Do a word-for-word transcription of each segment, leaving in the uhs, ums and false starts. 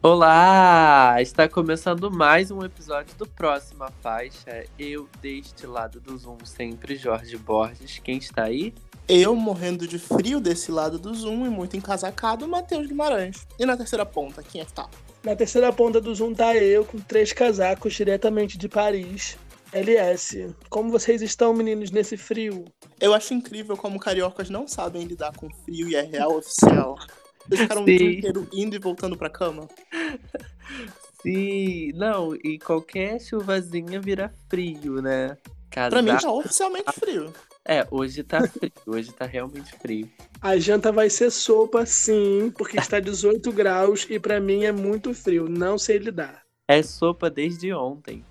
Olá! Está começando mais um episódio do Próxima Faixa. Eu, deste lado do Zoom, sempre Jorge Borges. Quem está aí? Eu, morrendo de frio desse lado do Zoom e muito encasacado, Matheus Guimarães. E na terceira ponta, quem é que tá? Na terceira ponta do Zoom tá eu, com três casacos, diretamente de Paris. L S. Como vocês estão, meninos, nesse frio? Eu acho incrível como cariocas não sabem lidar com frio e é real oficial. Eles ficaram o Sim. dia inteiro indo e voltando pra cama. Sim, não, e qualquer chuvazinha vira frio, né? Pra mim Casaco- tá oficialmente frio. É, hoje tá frio, hoje tá realmente frio. A janta vai ser sopa, sim, porque está dezoito graus e pra mim é muito frio. Não sei lidar. É sopa desde ontem.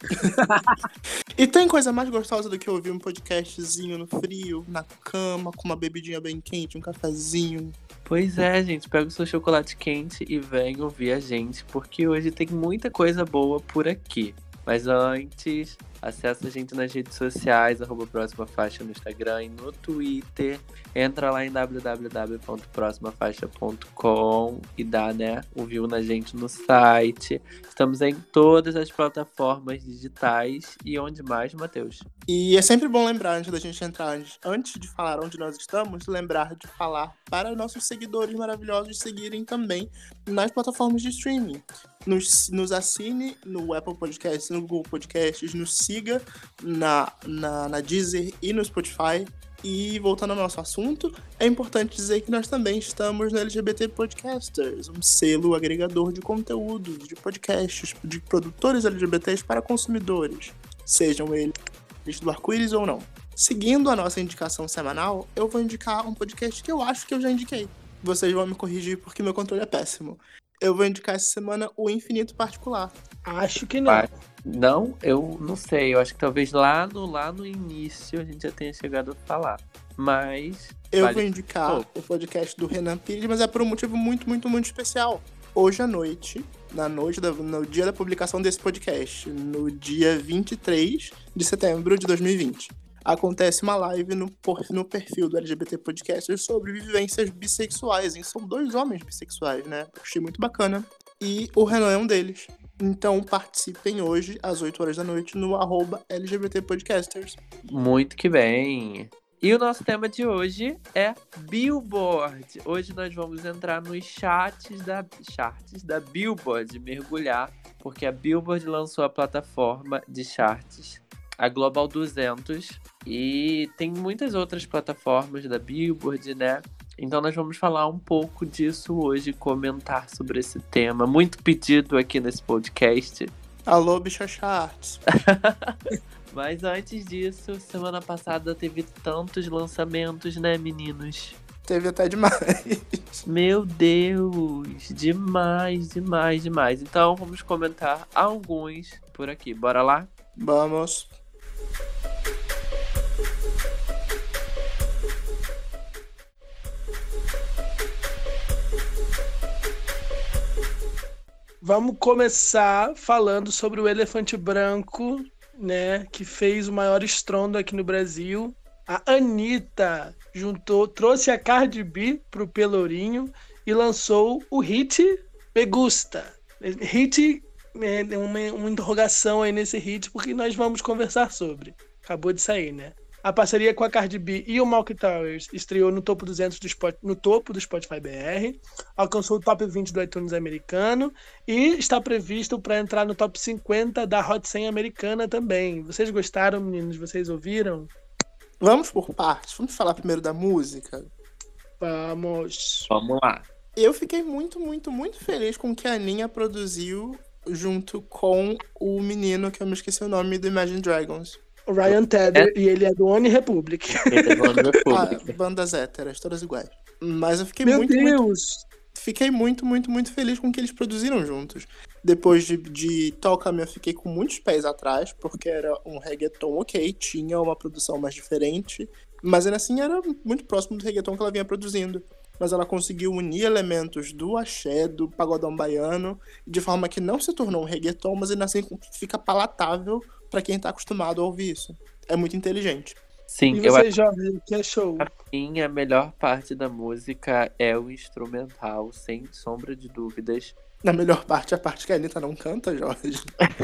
E tem coisa mais gostosa do que ouvir um podcastzinho no frio, na cama, com uma bebidinha bem quente, um cafezinho. Pois é, gente, pega o seu chocolate quente e vem ouvir a gente, porque hoje tem muita coisa boa por aqui. Mas antes, acessa a gente nas redes sociais, arroba Próxima Faixa no Instagram e no Twitter. Entra lá em w w w ponto próxima faixa ponto com e dá, né, um view na gente no site. Estamos em todas as plataformas digitais. E onde mais, Matheus? E é sempre bom lembrar, antes da gente entrar, antes- antes de falar onde nós estamos, lembrar de falar para nossos seguidores maravilhosos seguirem também nas plataformas de streaming. Nos, nos assine no Apple Podcasts, no Google Podcasts, nos siga na, na, na Deezer e no Spotify. E voltando ao nosso assunto, é importante dizer que nós também estamos no L G B T Podcasters, um selo agregador de conteúdos, de podcasts, de produtores L G B Ts para consumidores, sejam eles do arco-íris ou não. Seguindo a nossa indicação semanal, eu vou indicar um podcast que eu acho que eu já indiquei. Vocês vão me corrigir porque meu controle é péssimo. Eu vou indicar essa semana o Infinito Particular. Acho que não. Vai. Não, eu não sei. Eu acho que talvez lá no, lá no início a gente já tenha chegado a falar. Mas. Eu vale vou indicar pouco. o podcast do Renan Pires, mas é por um motivo muito, muito, muito especial. Hoje à noite, na noite da- no dia da publicação desse podcast, no dia vinte e três de setembro de dois mil e vinte, acontece uma live no, por- no perfil do L G B T Podcast sobre vivências bissexuais. E são dois homens bissexuais, né? Achei muito bacana. E o Renan é um deles. Então participem hoje, às oito horas da noite, no arroba L G B T Podcasters. Muito que bem. E o nosso tema de hoje é Billboard. Hoje nós vamos entrar nos charts da, charts da Billboard, mergulhar, porque a Billboard lançou a plataforma de charts, a Global duzentos, e tem muitas outras plataformas da Billboard, né? Então nós vamos falar um pouco disso hoje, comentar sobre esse tema, muito pedido aqui nesse podcast. Alô, Bicha Charts. Mas antes disso, semana passada teve tantos lançamentos, né, meninos? Teve até demais. Meu Deus, demais, demais, demais. Então vamos comentar alguns por aqui. Bora lá? Vamos. Vamos começar falando sobre o Elefante Branco, né? Que fez o maior estrondo aqui no Brasil. A Anitta juntou, trouxe a Cardi B pro Pelourinho e lançou o hit Me Gusta. Hit, é, uma, uma interrogação aí nesse hit, porque nós vamos conversar sobre. Acabou de sair, né? A parceria com a Cardi B e o Malky Towers estreou no topo duzentos do Spot, no topo do Spotify B R, alcançou o top vinte do iTunes americano e está previsto para entrar no top cinquenta da Hot cem americana também. Vocês gostaram, meninos? Vocês ouviram? Vamos por partes. Vamos falar primeiro da música. Vamos. Vamos lá. Eu fiquei muito, muito, muito feliz com o que a Aninha produziu junto com o menino, que eu me esqueci o nome, do Imagine Dragons. O Ryan Tedder, e ele é do One Republic. Ele é do One Ah, Republic. bandas héteras, todas iguais. Mas eu fiquei Meu muito, muito, Deus! fiquei muito, muito, muito feliz com o que eles produziram juntos. Depois de, de Toca-me, eu fiquei com muitos pés atrás, porque era um reggaeton ok, tinha uma produção mais diferente, mas ainda assim era muito próximo do reggaeton que ela vinha produzindo. Mas ela conseguiu unir elementos do axé, do pagodão baiano, de forma que não se tornou um reggaeton, mas ainda assim fica palatável pra quem tá acostumado a ouvir isso. É muito inteligente. Sim, E eu você, acho Jorge, o que achou? que pra mim a melhor parte da música é o instrumental, sem sombra de dúvidas. Na melhor parte, a parte que a Anitta não canta, Jorge.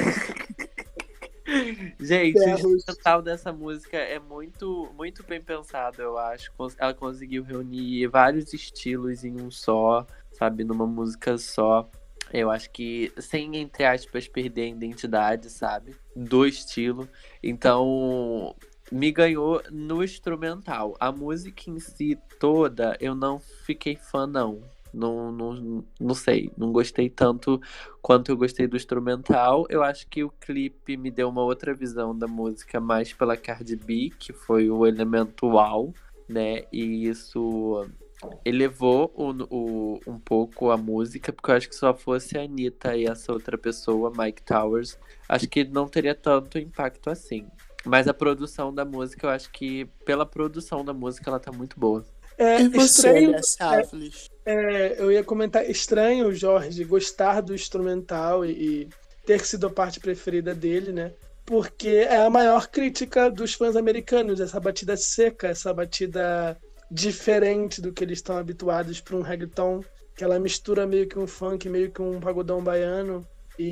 Gente, o Berros. instrumental dessa música é muito, muito bem pensado, eu acho. Cons- Ela conseguiu reunir vários estilos em um só, sabe? Numa música só. Eu acho que sem, entre aspas, perder a identidade, sabe? Do estilo. Então, me ganhou no instrumental. A música em si toda, eu não fiquei fã, não. Não, não, não sei, não gostei tanto quanto eu gostei do instrumental. Eu acho que o clipe me deu uma outra visão da música, mais pela Cardi B, que foi o elemento wow, né? E isso elevou o, o- um pouco a música, porque eu acho que se só fosse a Anitta e essa outra pessoa, Mike Towers, acho que não teria tanto impacto assim. Mas a produção da música, eu acho que pela produção da música, ela tá muito boa. É E você, estranho. L S Avlis? É, eu ia comentar, estranho, Jorge, gostar do instrumental e, e ter sido a parte preferida dele, né? Porque é a maior crítica dos fãs americanos, essa batida seca, essa batida diferente do que eles estão habituados para um reggaeton, que ela mistura meio que um funk, meio que um pagodão baiano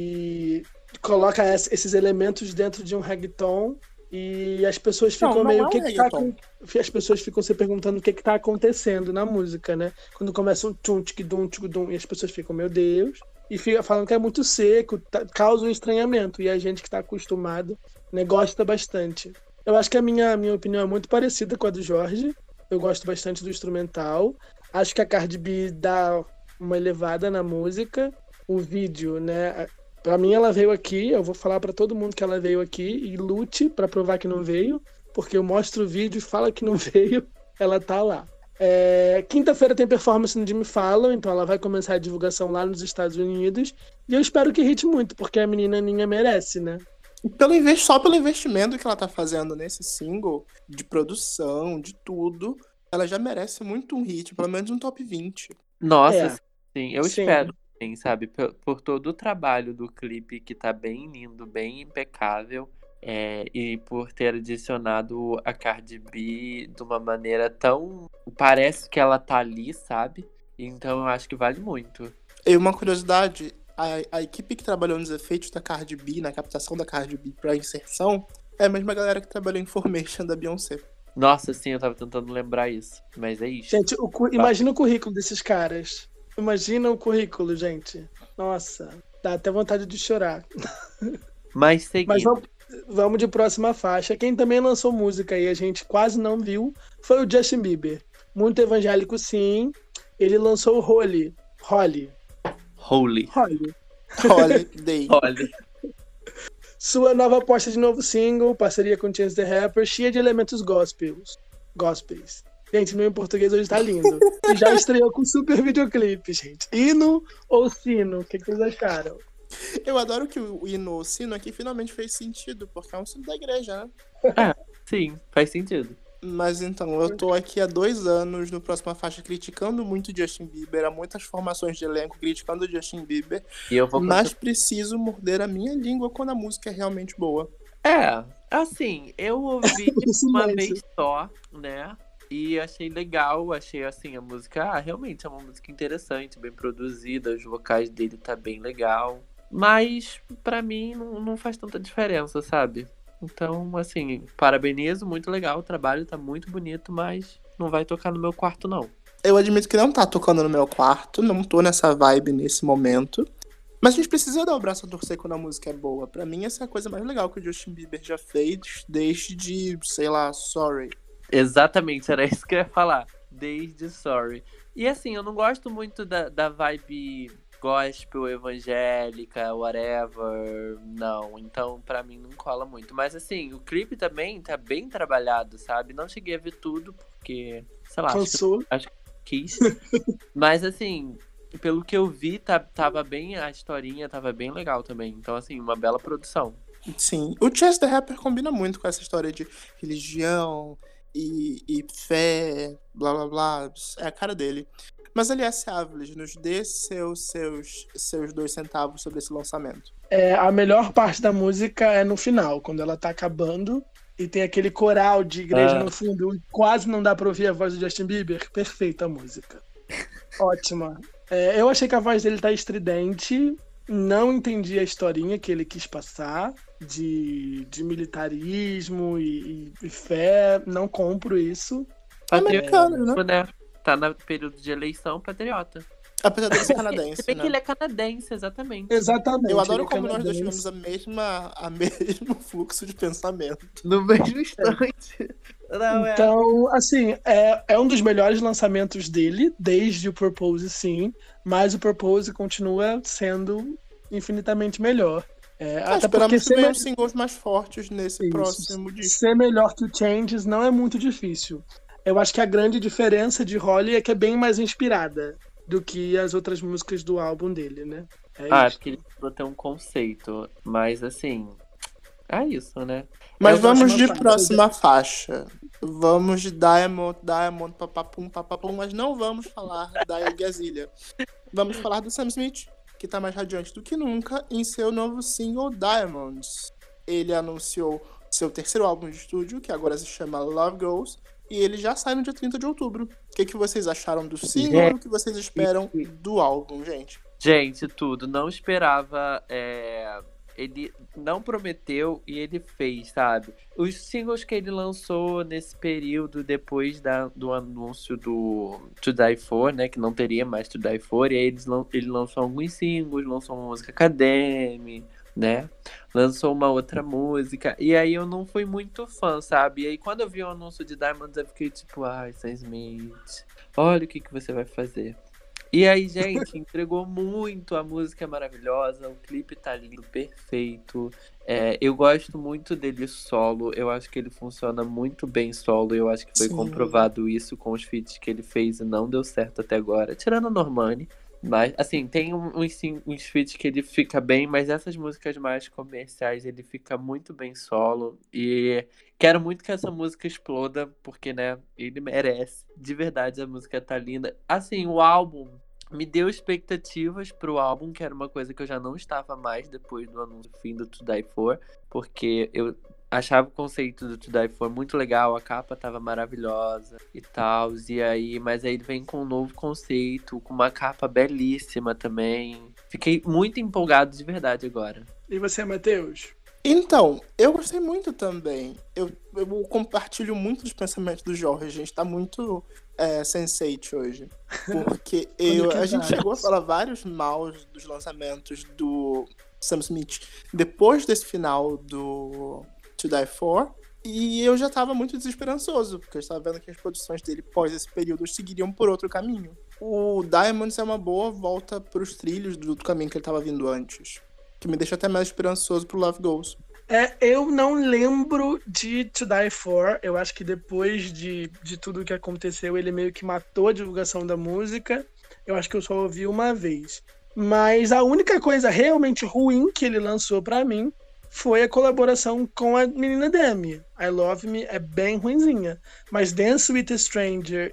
e coloca es- esses elementos dentro de um reggaeton e as pessoas ficam Não, não meio é um que que tá reggaeton. com- as pessoas ficam se perguntando o que que tá acontecendo na música, né? Quando começa um tchum, tchiquidum, tchiquidum, e as pessoas ficam, meu Deus, e fica falando que é muito seco, tá- causa um estranhamento, e a gente que tá acostumado, né, gosta bastante. Eu acho que a minha, a minha opinião é muito parecida com a do Jorge, eu gosto bastante do instrumental, acho que a Cardi B dá uma elevada na música, o vídeo, né, pra mim ela veio aqui, eu vou falar pra todo mundo que ela veio aqui, e lute pra provar que não veio, porque eu mostro o vídeo e fala que não veio, ela tá lá. É, quinta-feira tem performance no Jimmy Fallon, então ela vai começar a divulgação lá nos Estados Unidos. E eu espero que hite muito, porque a menina Ninha merece, né? E Pelo invest... Só pelo investimento que ela tá fazendo nesse single, de produção, de tudo, ela já merece muito um hit, pelo menos um top vinte. Nossa, É, sim, eu sim. espero também, sabe? Por, por todo o trabalho do clipe que tá bem lindo, bem impecável, é, e por ter adicionado a Cardi B de uma maneira tão. Parece que ela tá ali, sabe? Então eu acho que vale muito. E uma curiosidade, a, a equipe que trabalhou nos efeitos da Cardi B, na captação da Cardi B pra inserção, é a mesma galera que trabalhou em Formation da Beyoncé. Nossa, sim, eu tava tentando lembrar isso. Mas é isso. Gente, o cu- imagina o currículo desses caras. Imagina o currículo, gente. Nossa, dá até vontade de chorar. Mas Mas seguindo. vamos, vamos de próxima faixa. Quem também lançou música e a gente quase não viu foi o Justin Bieber. Muito evangélico, sim. Ele lançou o Holy. Holy. Holy. Holy. Holiday. Olha. Sua nova aposta de novo single, parceria com Chance the Rapper, cheia de elementos gospels. Gospels. Gente, meu em português hoje tá lindo. E já estreou com super videoclipe, gente. Hino ou sino? O que, que vocês acharam? Eu adoro que o hino, o sino aqui finalmente fez sentido, porque é um sino da igreja, né? Sim, faz sentido. Mas então, eu tô aqui há dois anos no Próxima Faixa criticando muito o Justin Bieber, há muitas formações de elenco criticando o Justin Bieber, E eu vou mas preciso morder a minha língua quando a música é realmente boa. É, assim, eu ouvi Silêncio. uma vez só, né? E achei legal, achei assim, a música, ah, realmente é uma música interessante, bem produzida, os vocais dele tá bem legal. Mas pra mim não, não faz tanta diferença, sabe? Então, assim, parabenizo, muito legal, o trabalho tá muito bonito, mas não vai tocar no meu quarto, não. Eu admito que não tá tocando no meu quarto, não tô nessa vibe nesse momento. Mas a gente precisa dar o braço a torcer quando a música é boa. Pra mim, essa é a coisa mais legal que o Justin Bieber já fez desde, sei lá, Sorry. Exatamente, era isso que eu ia falar. Desde Sorry. E assim, eu não gosto muito da, da vibe gospel, evangélica, whatever. Não, então pra mim não cola muito. Mas assim, o clipe também tá bem trabalhado, sabe? Não cheguei a ver tudo, porque, sei lá, acho que Cansou. quis. Mas assim, pelo que eu vi, tá, tava bem, a historinha tava bem legal também. Então assim, uma bela produção. Sim, o Chance the Rapper combina muito com essa história de religião e, e fé, blá blá blá, é a cara dele. Mas, aliás, Avlis, nos dê seus, seus, seus dois centavos sobre esse lançamento. É, a melhor parte da música é no final, quando ela tá acabando e tem aquele coral de igreja Ah. no fundo. Quase não dá pra ouvir a voz do Justin Bieber. Perfeita a música. Ótima. É, eu achei que a voz dele tá estridente, não entendi a historinha que ele quis passar de, de militarismo e, e- e fé, não compro isso. Americano, né? Patriota, né? Tá no período de eleição, patriota. Apesar dele ser Se canadense, bem né? que ele é canadense, exatamente. Exatamente. Eu adoro ele é como nós dois canadense. tivemos a mesma, a mesmo fluxo de pensamento. No mesmo instante. Não, é. Então, assim, é, é um dos melhores lançamentos dele, desde o Purpose, sim, mas o Purpose continua sendo infinitamente melhor. É, Ah, até porque esperamos que ser, venham me- singles mais fortes nesse isso, próximo disco. ser melhor que o Changes não é muito difícil. Eu acho que a grande diferença de Holly é que é bem mais inspirada do que as outras músicas do álbum dele, né? É Ah, isso. porque ele precisou ter um conceito. Mas assim. É isso, né? Mas Eu vamos gosto de mais próxima faixa. Vamos de Diamond, Diamond, papapum, papapum, mas não vamos falar da Iggy Azalea. Vamos falar do Sam Smith, que tá mais radiante do que nunca em seu novo single Diamonds. Ele anunciou seu terceiro álbum de estúdio, que agora se chama Love Goes, e ele já sai no dia trinta de outubro. O que, que vocês acharam do single e o que vocês esperam do álbum, gente? Gente, tudo. Não esperava. é, Ele não prometeu e ele fez, sabe? Os singles que ele lançou nesse período, depois da, do anúncio do To Die For, né? Que não teria mais To Die For. E aí eles, lan- ele lançou alguns singles, lançou uma música Academy, né? Lançou uma outra música. E aí eu não fui muito fã, sabe? E aí quando eu vi o anúncio de Diamonds, eu fiquei tipo, ai, Sam Smith, olha o que, que você vai fazer. E aí, gente, entregou muito, a música é maravilhosa, o clipe tá lindo, perfeito. É, eu gosto muito dele solo, eu acho que ele funciona muito bem solo, eu acho que foi Sim. comprovado isso com os feats que ele fez e não deu certo até agora, tirando a Normani. Mas, assim, tem um- uns, sim- uns feats que ele fica bem, mas essas músicas mais comerciais ele fica muito bem solo. E quero muito que essa música exploda, porque, né, ele merece. De verdade, a música tá linda. Assim, o álbum me deu expectativas pro álbum, que era uma coisa que eu já não estava mais depois do anúncio do fim do To Die For, porque eu achava o conceito do To Die For muito legal, a capa tava maravilhosa e tal, e aí, mas aí ele vem com um novo conceito, com uma capa belíssima também. Fiquei muito empolgado de verdade agora. E você, Matheus? Então, eu gostei muito também. Eu, eu compartilho muito dos pensamentos do Jorge. A gente tá muito é, sensate hoje. Porque eu, a gente chegou a falar vários maus dos lançamentos do Sam Smith depois desse final do To Die For. E eu já tava muito desesperançoso, porque eu estava vendo que as produções dele pós esse período seguiriam por outro caminho. O Diamonds é uma boa volta pros trilhos do, do caminho que ele tava vindo antes. Que me deixa até mais esperançoso pro Love Goes. É, eu não lembro de To Die For. Eu acho que depois de, de tudo que aconteceu, ele meio que matou a divulgação da música. Eu acho que eu só ouvi uma vez. Mas a única coisa realmente ruim que ele lançou pra mim foi a colaboração com a menina Demi. I Love Me é bem ruinzinha. Mas Dance With a Stranger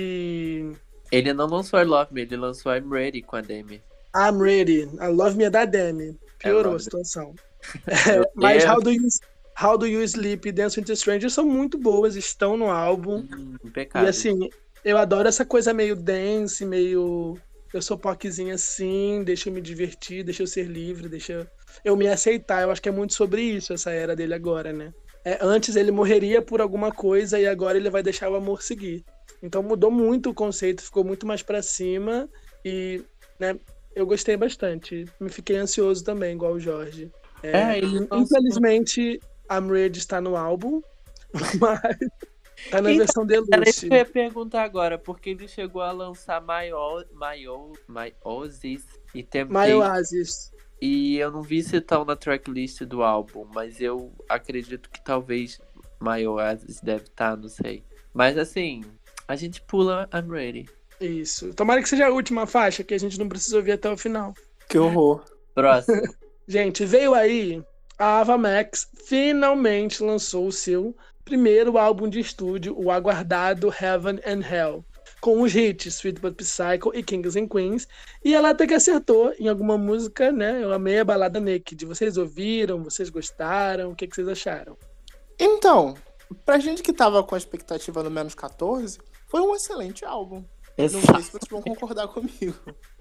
e Ele não lançou I Love Me, ele lançou I'm Ready com a Demi. I'm Ready, I Love Me é da Demi. Piorou I a Love situação. Meu Mas Deus. How Do You, How Do You Sleep e Dance With a Stranger são muito boas, estão no álbum. Hum, E impecável. assim, eu adoro essa coisa meio dance, meio... Eu sou poquezinha assim, deixa eu me divertir, deixa eu ser livre, deixa eu me aceitar. Eu acho que é muito sobre isso, essa era dele agora, né? É, antes ele morreria por alguma coisa e agora ele vai deixar o amor seguir. Então mudou muito o conceito, ficou muito mais pra cima e, né, eu gostei bastante. Me fiquei ansioso também, igual o Jorge. É, É, ele lançou- infelizmente, I'm Ready está no álbum, mas tá na Então, versão Era isso deluxe. que eu ia perguntar agora, porque ele chegou a lançar My, O- My, O- My Oasis e My Temptation. Oasis. E eu não vi se estão na tracklist do álbum, mas eu acredito que talvez My Oasis deve estar, não sei. Mas assim, a gente pula I'm Ready. Isso. Tomara que seja a última faixa, que a gente não precisa ouvir até o final. Que horror. Próximo. Gente, veio aí, a Ava Max finalmente lançou o seu primeiro álbum de estúdio, o aguardado Heaven and Hell, com os hits Sweet But Psycho e Kings and Queens, e ela até que acertou em alguma música, né? Eu amei a balada Naked. Vocês ouviram? Vocês gostaram? O que, que vocês acharam? Então, pra gente que tava com a expectativa no menos catorze, foi um excelente álbum. Não sei se vocês vão concordar comigo.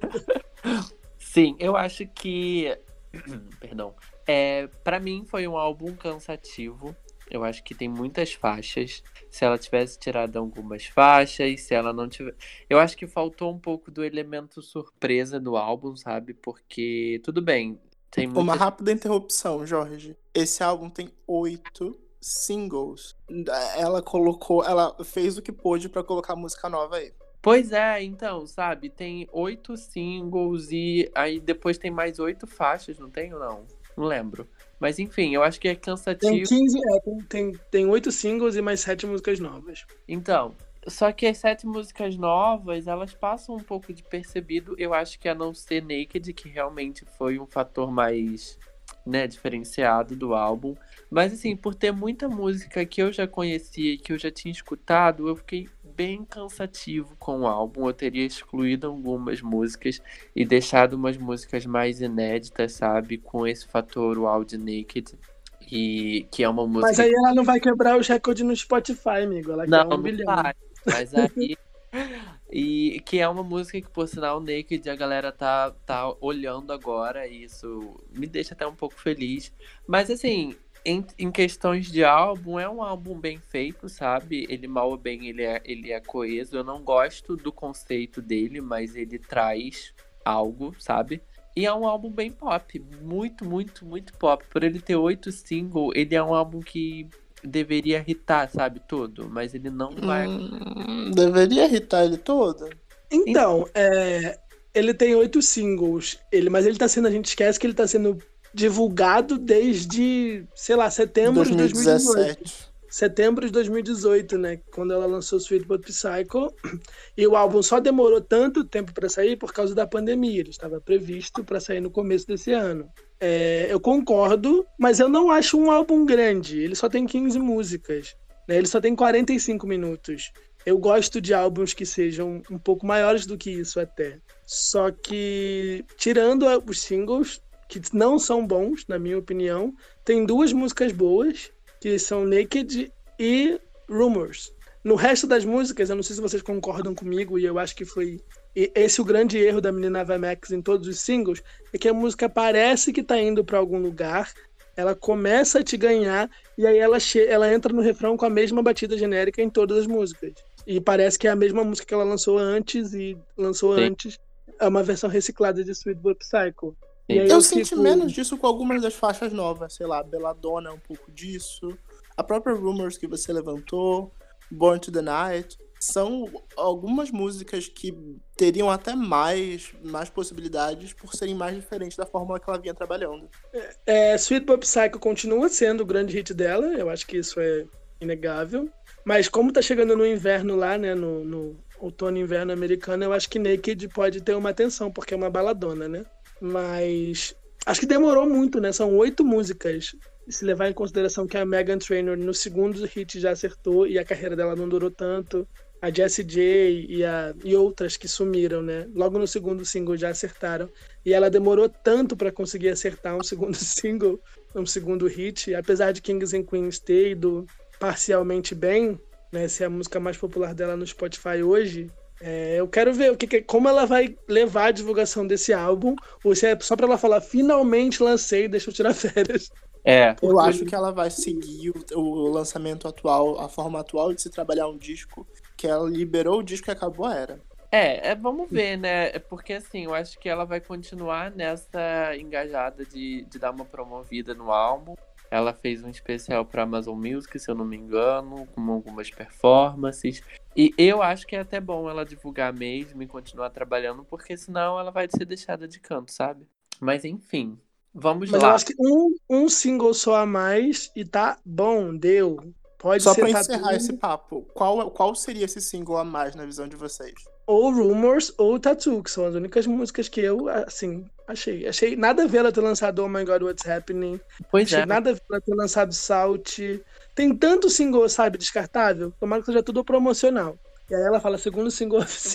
Sim, eu acho que... Perdão. É, pra mim foi um álbum cansativo. Eu acho que tem muitas faixas. Se ela tivesse tirado algumas faixas, se ela não tiver... Eu acho que faltou um pouco do elemento surpresa do álbum, sabe? Porque, tudo bem, tem muitas... Uma rápida interrupção, Jorge. Esse álbum tem oito singles. Ela colocou... Ela fez o que pôde pra colocar música nova aí. Pois é, então, sabe? Tem oito singles e aí depois tem mais oito faixas, não tem ou não? Não lembro. Mas enfim, eu acho que é cansativo. Tem quinze, é, tem, tem, tem oito singles e mais sete músicas novas. Então, só que as sete músicas novas, elas passam um pouco de percebido. Eu acho que a não ser Naked, que realmente foi um fator mais, né, diferenciado do álbum. Mas assim, por ter muita música que eu já conhecia e que eu já tinha escutado, eu fiquei bem cansativo com o álbum. Eu teria excluído algumas músicas e deixado umas músicas mais inéditas, sabe? Com esse fator Wild Naked. E que é uma música... Mas aí ela não vai quebrar os recordes no Spotify, amigo. Ela não, quer um não bilhão. vai. Mas aí... E que é uma música que, por sinal, Naked, a galera tá, tá olhando agora. E isso me deixa até um pouco feliz. Mas assim... Em, em questões de álbum, é um álbum bem feito, sabe? Ele mal ou bem, ele é, ele é coeso. Eu não gosto do conceito dele, mas ele traz algo, sabe? E é um álbum bem pop, muito, muito, muito pop. Por ele ter oito singles, ele é um álbum que deveria hitar, sabe? Todo, mas ele não vai... Hum, deveria irritar ele todo? Então, é, ele tem oito singles, ele, mas ele tá sendo, a gente esquece que ele tá sendo... divulgado desde, sei lá, setembro de dois mil e dezoito. Setembro de dois mil e dezoito, né? Quando ela lançou Sweet But Psycho. E o álbum só demorou tanto tempo para sair por causa da pandemia. Ele estava previsto para sair no começo desse ano. É, eu concordo, mas eu não acho um álbum grande. Ele só tem quinze músicas, né? Ele só tem quarenta e cinco minutos. Eu gosto de álbuns que sejam um pouco maiores do que isso até. Só que, tirando os singles, que não são bons, na minha opinião, tem duas músicas boas, que são Naked e Rumors. No resto das músicas, eu não sei se vocês concordam comigo, e eu acho que foi esse o grande erro da menina Ava Max em todos os singles, é que a música parece que tá indo para algum lugar, ela começa a te ganhar, e aí ela, che- ela entra no refrão com a mesma batida genérica em todas as músicas. E parece que é a mesma música que ela lançou antes, e lançou Sim. antes, é uma versão reciclada de Sweet But Psycho. E aí Eu, eu senti fico- menos disso com algumas das faixas novas, sei lá, Belladonna é um pouco disso, a própria Rumors que você levantou, Born to the Night, são algumas músicas que teriam até mais, mais possibilidades por serem mais diferentes da fórmula que ela vinha trabalhando. É, Sweet But Psycho continua sendo o grande hit dela, eu acho que isso é inegável, mas como tá chegando no inverno lá, né, no, no outono e inverno americano, eu acho que Naked pode ter uma atenção, porque é uma baladona, né? Mas acho que demorou muito, né? São oito músicas. E se levar em consideração que a Meghan Trainor no segundo hit já acertou e a carreira dela não durou tanto. A Jessie J e, a, e outras que sumiram, né? Logo no segundo single já acertaram. E ela demorou tanto para conseguir acertar um segundo single, um segundo hit. Apesar de Kings and Queens ter ido parcialmente bem, né? Ser a música mais popular dela no Spotify hoje. É, eu quero ver o que, que- como ela vai levar a divulgação desse álbum, ou se é só pra ela falar, finalmente lancei, deixa eu tirar férias. É, Eu Porque- acho que ela vai seguir o, o lançamento atual, a forma atual de se trabalhar um disco, que ela liberou o disco e acabou a era. é, é, vamos ver, né? É porque assim, eu acho que ela vai continuar nessa engajada de, de dar uma promovida no álbum. Ela fez um especial pra Amazon Music, se eu não me engano, com algumas performances. E eu acho que é até bom ela divulgar mesmo e continuar trabalhando, porque senão ela vai ser deixada de canto, sabe? Mas enfim, vamos Mas lá. eu acho que um, um single só a mais e tá bom, deu. Pode Só ser pra Tatu, encerrar esse papo, qual, qual seria esse single a mais na visão de vocês? ou Rumors ou Tattoo, que são as únicas músicas que eu, assim, achei. Achei nada a ver ela ter lançado Oh My God, What's Happening. Pois Achei é, nada a ver ela ter lançado Salt. Tem tanto single, sabe, descartável. Tomara que seja tudo promocional. E aí ela fala segundo single oficial.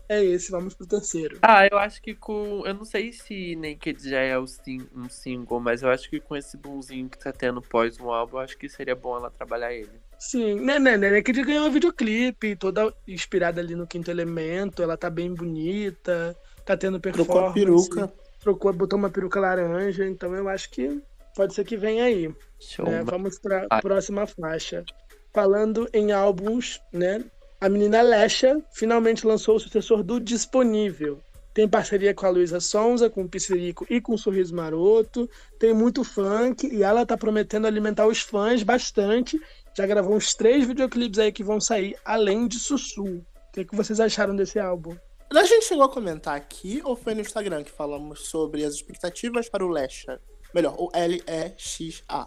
é esse, vamos pro terceiro. Ah, eu acho que com... Eu não sei se Naked já é o sim- um single, mas eu acho que com esse boomzinho que tá tendo pós um álbum, eu acho que seria bom ela trabalhar ele. Sim, né, né, né, que ele ganhou um videoclipe, toda inspirada ali no Quinto Elemento, ela tá bem bonita, tá tendo performance. Trocou a peruca. Trocou, botou uma peruca laranja, então eu acho que pode ser que venha aí. Show. Né? mas- Vamos pra Ah. próxima faixa. Falando em álbuns, né? A menina Lesha finalmente lançou o sucessor do Disponível. Tem parceria com a Luísa Sonza, com o Pissirico e com o Sorriso Maroto. Tem muito funk e ela tá prometendo alimentar os fãs bastante. Já gravou uns três videoclipes aí que vão sair, além de Sussu. O que, que vocês acharam desse álbum? A gente chegou a comentar aqui ou foi no Instagram que falamos sobre as expectativas para o Lesha? Melhor, o L E X A.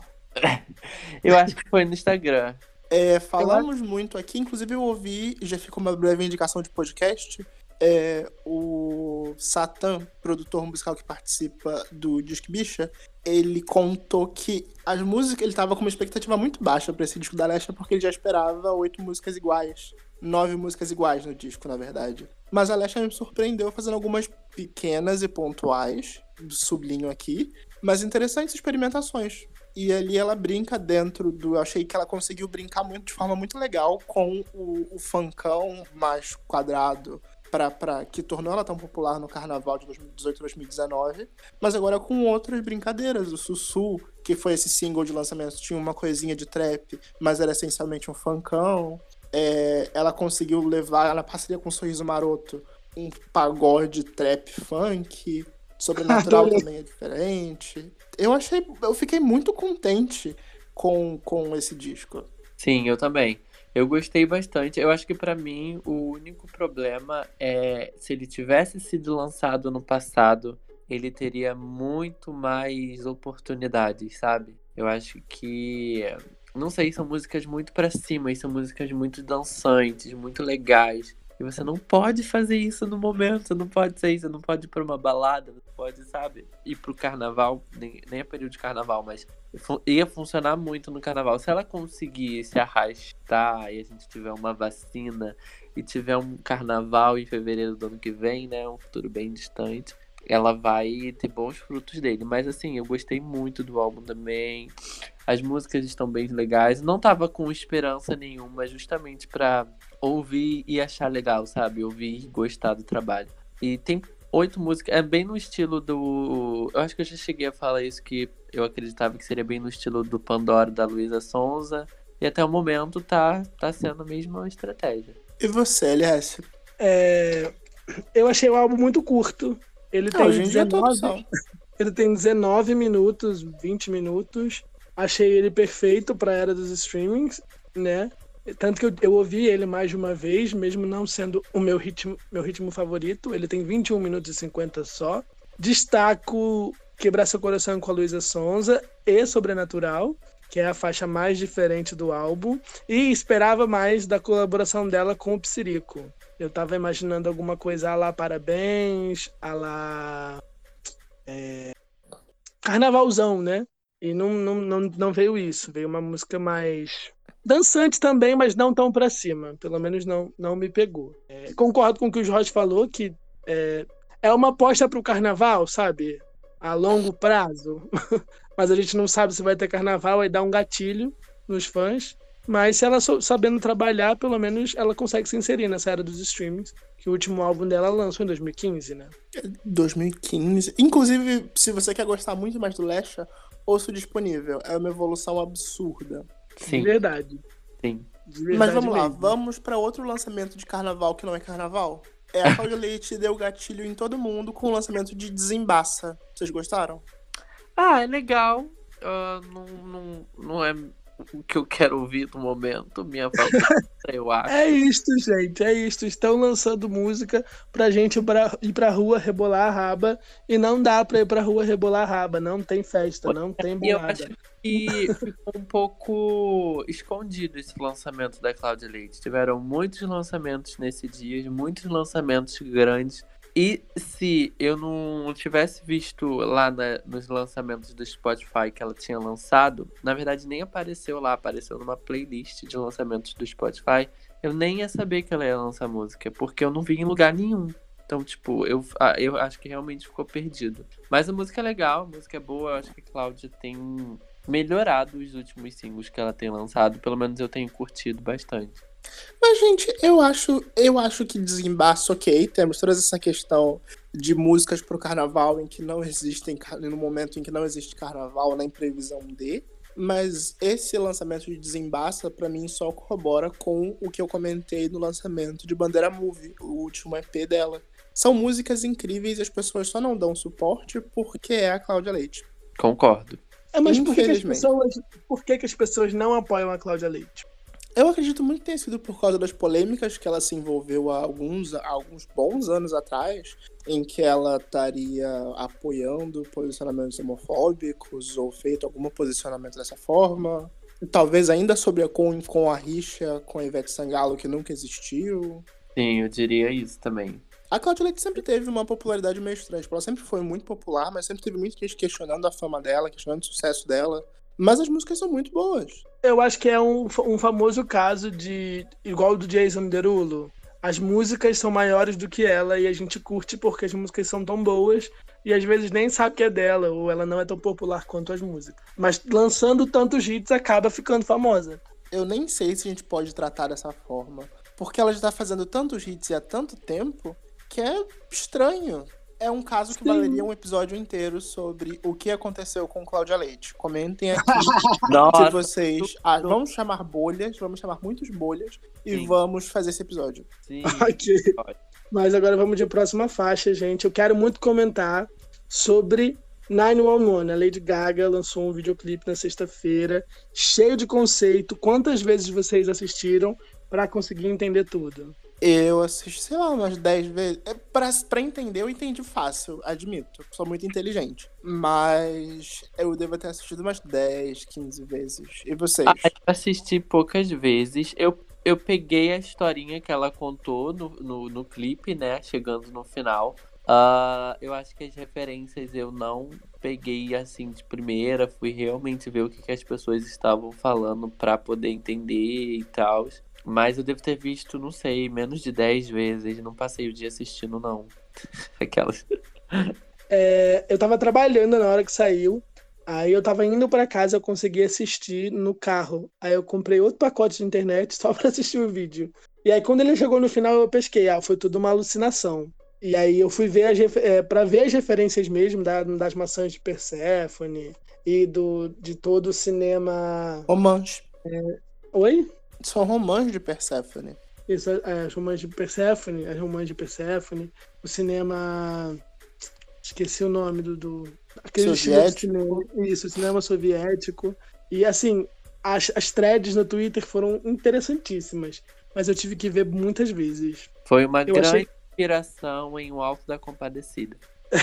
Eu acho que foi no Instagram. É, falamos muito aqui, inclusive eu ouvi, já fica uma breve indicação de podcast, é, o Satã, produtor musical que participa do Disque Bicha, ele contou que as músicas, ele tava com uma expectativa muito baixa pra esse disco da Lesha, porque ele já esperava oito músicas iguais, nove músicas iguais no disco, na verdade. Mas a Lesha me surpreendeu fazendo algumas pequenas e pontuais, sublinho aqui, mas interessantes experimentações. E ali ela brinca dentro do... Eu achei que ela conseguiu brincar muito, de forma muito legal com o, o funkão mais quadrado, pra, pra, que tornou ela tão popular no carnaval de dois mil e dezoito, dois mil e dezenove. Mas agora com outras brincadeiras. O Sussu, que foi esse single de lançamento, tinha uma coisinha de trap, mas era essencialmente um funkão. É, ela conseguiu levar, na parceria com o Sorriso Maroto, um pagode trap funk. Sobrenatural também é diferente. Eu achei, eu fiquei muito contente com, com esse disco. Sim, eu também. Eu gostei bastante. Eu acho que pra mim o único problema é se ele tivesse sido lançado no passado, ele teria muito mais oportunidades, sabe? Eu acho que, não sei, são músicas muito pra cima, e são músicas muito dançantes, muito legais. E você não pode fazer isso no momento, não pode ser isso, não pode ir pra uma balada, não pode, sabe, ir pro carnaval, nem, nem é período de carnaval, mas fu- ia funcionar muito no carnaval. Se ela conseguir se arrastar e a gente tiver uma vacina e tiver um carnaval em fevereiro do ano que vem, né, um futuro bem distante, ela vai ter bons frutos dele. Mas assim, eu gostei muito do álbum também. As músicas estão bem legais. Não tava com esperança nenhuma, justamente pra ouvir e achar legal, sabe? Ouvir e gostar do trabalho. E tem oito músicas, é bem no estilo do... Eu acho que eu já cheguei a falar isso, que eu acreditava que seria bem no estilo do Pandora, da Luísa Sonza. E até o momento tá, tá sendo a mesma estratégia. E você, L S? É, eu achei o álbum muito curto. Ele Ah, tem hoje em dia é tua dezenove, opção. ele tem dezenove minutos, vinte minutos. Achei ele perfeito para a era dos streamings, né? Tanto que eu, eu ouvi ele mais de uma vez, mesmo não sendo o meu ritmo, meu ritmo favorito. Ele tem vinte e um minutos e cinquenta só. Destaco Quebrar Seu Coração com a Luísa Sonza e Sobrenatural, que é a faixa mais diferente do álbum. E esperava mais da colaboração dela com o Pissirico. Eu tava imaginando alguma coisa a lá Parabéns, a lá... É, Carnavalzão, né? E não, não, não, não veio isso. Veio uma música mais dançante também, mas não tão pra cima. Pelo menos não, não me pegou. É, concordo com o que o Jorge falou, que é, é uma aposta pro carnaval, sabe? A longo prazo. Mas a gente não sabe se vai ter carnaval, aí dá um gatilho nos fãs. Mas se ela sou- sabendo trabalhar, pelo menos ela consegue se inserir nessa era dos streamings. Que o último álbum dela lançou em dois mil e quinze, né? dois mil e quinze. Inclusive, se você quer gostar muito mais do Lesha, ouça o Disponível. É uma evolução absurda. De Sim, verdade. sim. De verdade Mas vamos lá, mesmo. vamos pra outro lançamento de carnaval que não é carnaval. É a Cláudia Leite deu gatilho em todo mundo com o lançamento de Desembaça. Vocês gostaram? Ah, é legal. Ah, não, não, não é o que eu quero ouvir no momento. Minha favorita, eu acho. É isto, gente, é isto. Estão lançando música pra gente ir pra, ir pra rua rebolar a raba e não dá pra ir pra rua rebolar a raba. Não tem festa, não tem E eu balada. acho que ficou um pouco escondido esse lançamento da Cláudia Leite. Tiveram muitos lançamentos nesse dia, muitos lançamentos grandes. E se eu não tivesse visto lá na- nos lançamentos do Spotify que ela tinha lançado, na verdade nem apareceu lá, apareceu numa playlist de lançamentos do Spotify. eu nem ia saber que ela ia lançar música, porque eu não vi em lugar nenhum. Então, tipo, eu, ah, eu acho que realmente ficou perdido. Mas a música é legal, a música é boa. Eu acho que a Cláudia tem melhorado os últimos singles que ela tem lançado. Pelo menos eu tenho curtido bastante. Mas, gente, eu acho, eu acho que Desembaço, ok. Temos toda essa questão de músicas pro carnaval em que não existem, no momento em que não existe carnaval, nem previsão de. Mas esse lançamento de Desembaça, pra mim, só corrobora com o que eu comentei no lançamento de Bandeira Movie, o último E P dela. São músicas incríveis e as pessoas só não dão suporte porque é a Cláudia Leite. Concordo. É, mas por que, que as Infelizmente. pessoas, por que, que as pessoas não apoiam a Cláudia Leite? Eu acredito muito que tenha sido por causa das polêmicas que ela se envolveu há alguns, há alguns bons anos atrás, em que ela estaria apoiando posicionamentos homofóbicos ou feito algum posicionamento dessa forma. Talvez ainda sobre a, com, com a rixa com a Ivete Sangalo, que nunca existiu. Sim, eu diria isso também. A Cláudia Leite sempre teve uma popularidade meio estranha. Tipo, ela sempre foi muito popular, mas sempre teve muita gente questionando a fama dela, questionando o sucesso dela. Mas as músicas são muito boas. Eu acho que é um, um famoso caso de... igual do Jason Derulo. As músicas são maiores do que ela e a gente curte porque as músicas são tão boas e às vezes nem sabe que é dela ou ela não é tão popular quanto as músicas. Mas lançando tantos hits acaba ficando famosa. Eu nem sei se a gente pode tratar dessa forma. Porque ela já tá fazendo tantos hits há tanto tempo que é estranho. É um caso que Sim. valeria um episódio inteiro sobre o que aconteceu com Cláudia Leite. Comentem aqui Nossa, se vocês... Ah, vamos chamar bolhas, vamos chamar muitos bolhas e Sim. vamos fazer esse episódio. sim. Ok. Mas agora vamos de próxima faixa, gente. Eu quero muito comentar sobre nove um um. A Lady Gaga lançou um videoclipe na sexta-feira, cheio de conceito. Quantas vezes vocês assistiram para conseguir entender tudo? Eu assisti, sei lá, umas dez vezes. É, pra, pra entender, eu entendi fácil, admito. Sou muito inteligente. Mas eu devo ter assistido umas dez, quinze vezes. E vocês? Ah, eu assisti poucas vezes. Eu, eu peguei a historinha que ela contou no, no, no clipe, né? Chegando no final. Ah, eu acho que as referências eu não peguei assim de primeira. Fui realmente ver o que, que as pessoas estavam falando pra poder entender e tal. Mas eu devo ter visto, não sei, menos de dez vezes. Não passei o dia assistindo, não. Aquelas. É, eu tava trabalhando na hora que saiu. Aí eu tava indo pra casa, eu consegui assistir no carro. Aí eu comprei outro pacote de internet só pra assistir o vídeo. E aí quando ele chegou no final eu pesquei. Ah, foi tudo uma alucinação. E aí eu fui ver as refer- é, pra ver as referências mesmo da- das maçãs de Perséfone e do, de todo o cinema... Romance. Oi? São romances de Perséfone. Isso, é, as romãs de Perséfone, as romãs de Perséfone, o cinema... Esqueci o nome do... do aquele estilo de Soviético. cinema, isso, cinema soviético. E assim, as, as threads no Twitter foram interessantíssimas, mas eu tive que ver muitas vezes. Foi uma Eu grande achei- inspiração em O Alto da Compadecida.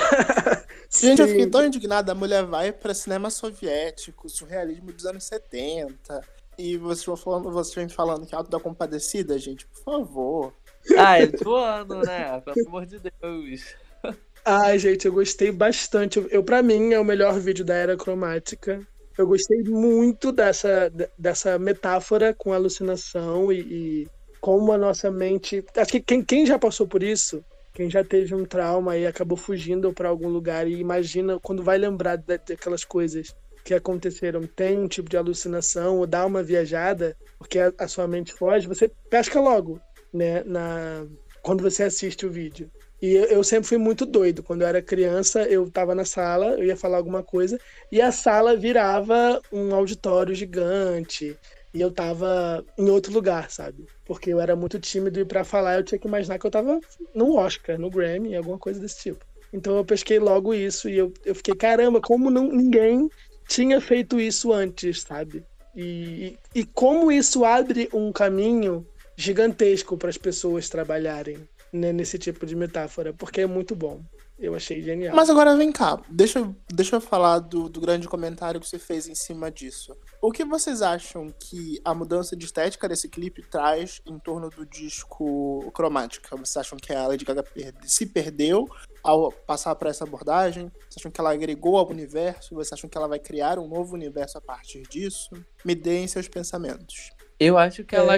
Gente, eu Sim. fiquei tão indignada. A mulher vai pra cinema soviético, surrealismo dos anos setenta. E vocês vão falando, vocês vêm falando que é Alto da Compadecida, gente, por favor. Ah, é zoando, né? Pelo amor de Deus. Ai, gente, eu gostei bastante. Eu, eu para mim, é o melhor vídeo da Era Cromática. Eu gostei muito dessa, de- dessa metáfora com alucinação e, e como a nossa mente... Acho que quem, quem já passou por isso, quem já teve um trauma e acabou fugindo para algum lugar e imagina quando vai lembrar da- daquelas coisas que aconteceram, tem um tipo de alucinação ou dá uma viajada, porque a, a sua mente foge, você pesca logo, né, na, quando você assiste o vídeo. E eu, eu sempre fui muito doido. Quando eu era criança, eu tava na sala, eu ia falar alguma coisa, e a sala virava um auditório gigante, e eu tava em outro lugar, sabe? Porque eu era muito tímido e pra falar eu tinha que imaginar que eu tava no Oscar, no Grammy, alguma coisa desse tipo. Então eu pesquei logo isso e eu, eu fiquei, caramba, como não, ninguém tinha feito isso antes, sabe? E, e, e como isso abre um caminho gigantesco para as pessoas trabalharem, né, nesse tipo de metáfora, porque é muito bom. Eu achei genial. Mas agora vem cá, deixa, eu- deixa eu falar do, do grande comentário que você fez em cima disso. O que vocês acham que a mudança de estética desse clipe traz em torno do disco Cromática? Vocês acham que a Lady Gaga perde- se perdeu ao passar por essa abordagem? Vocês acham que ela agregou ao universo? Vocês acham que ela vai criar um novo universo a partir disso? Me deem seus pensamentos. Eu acho que É. ela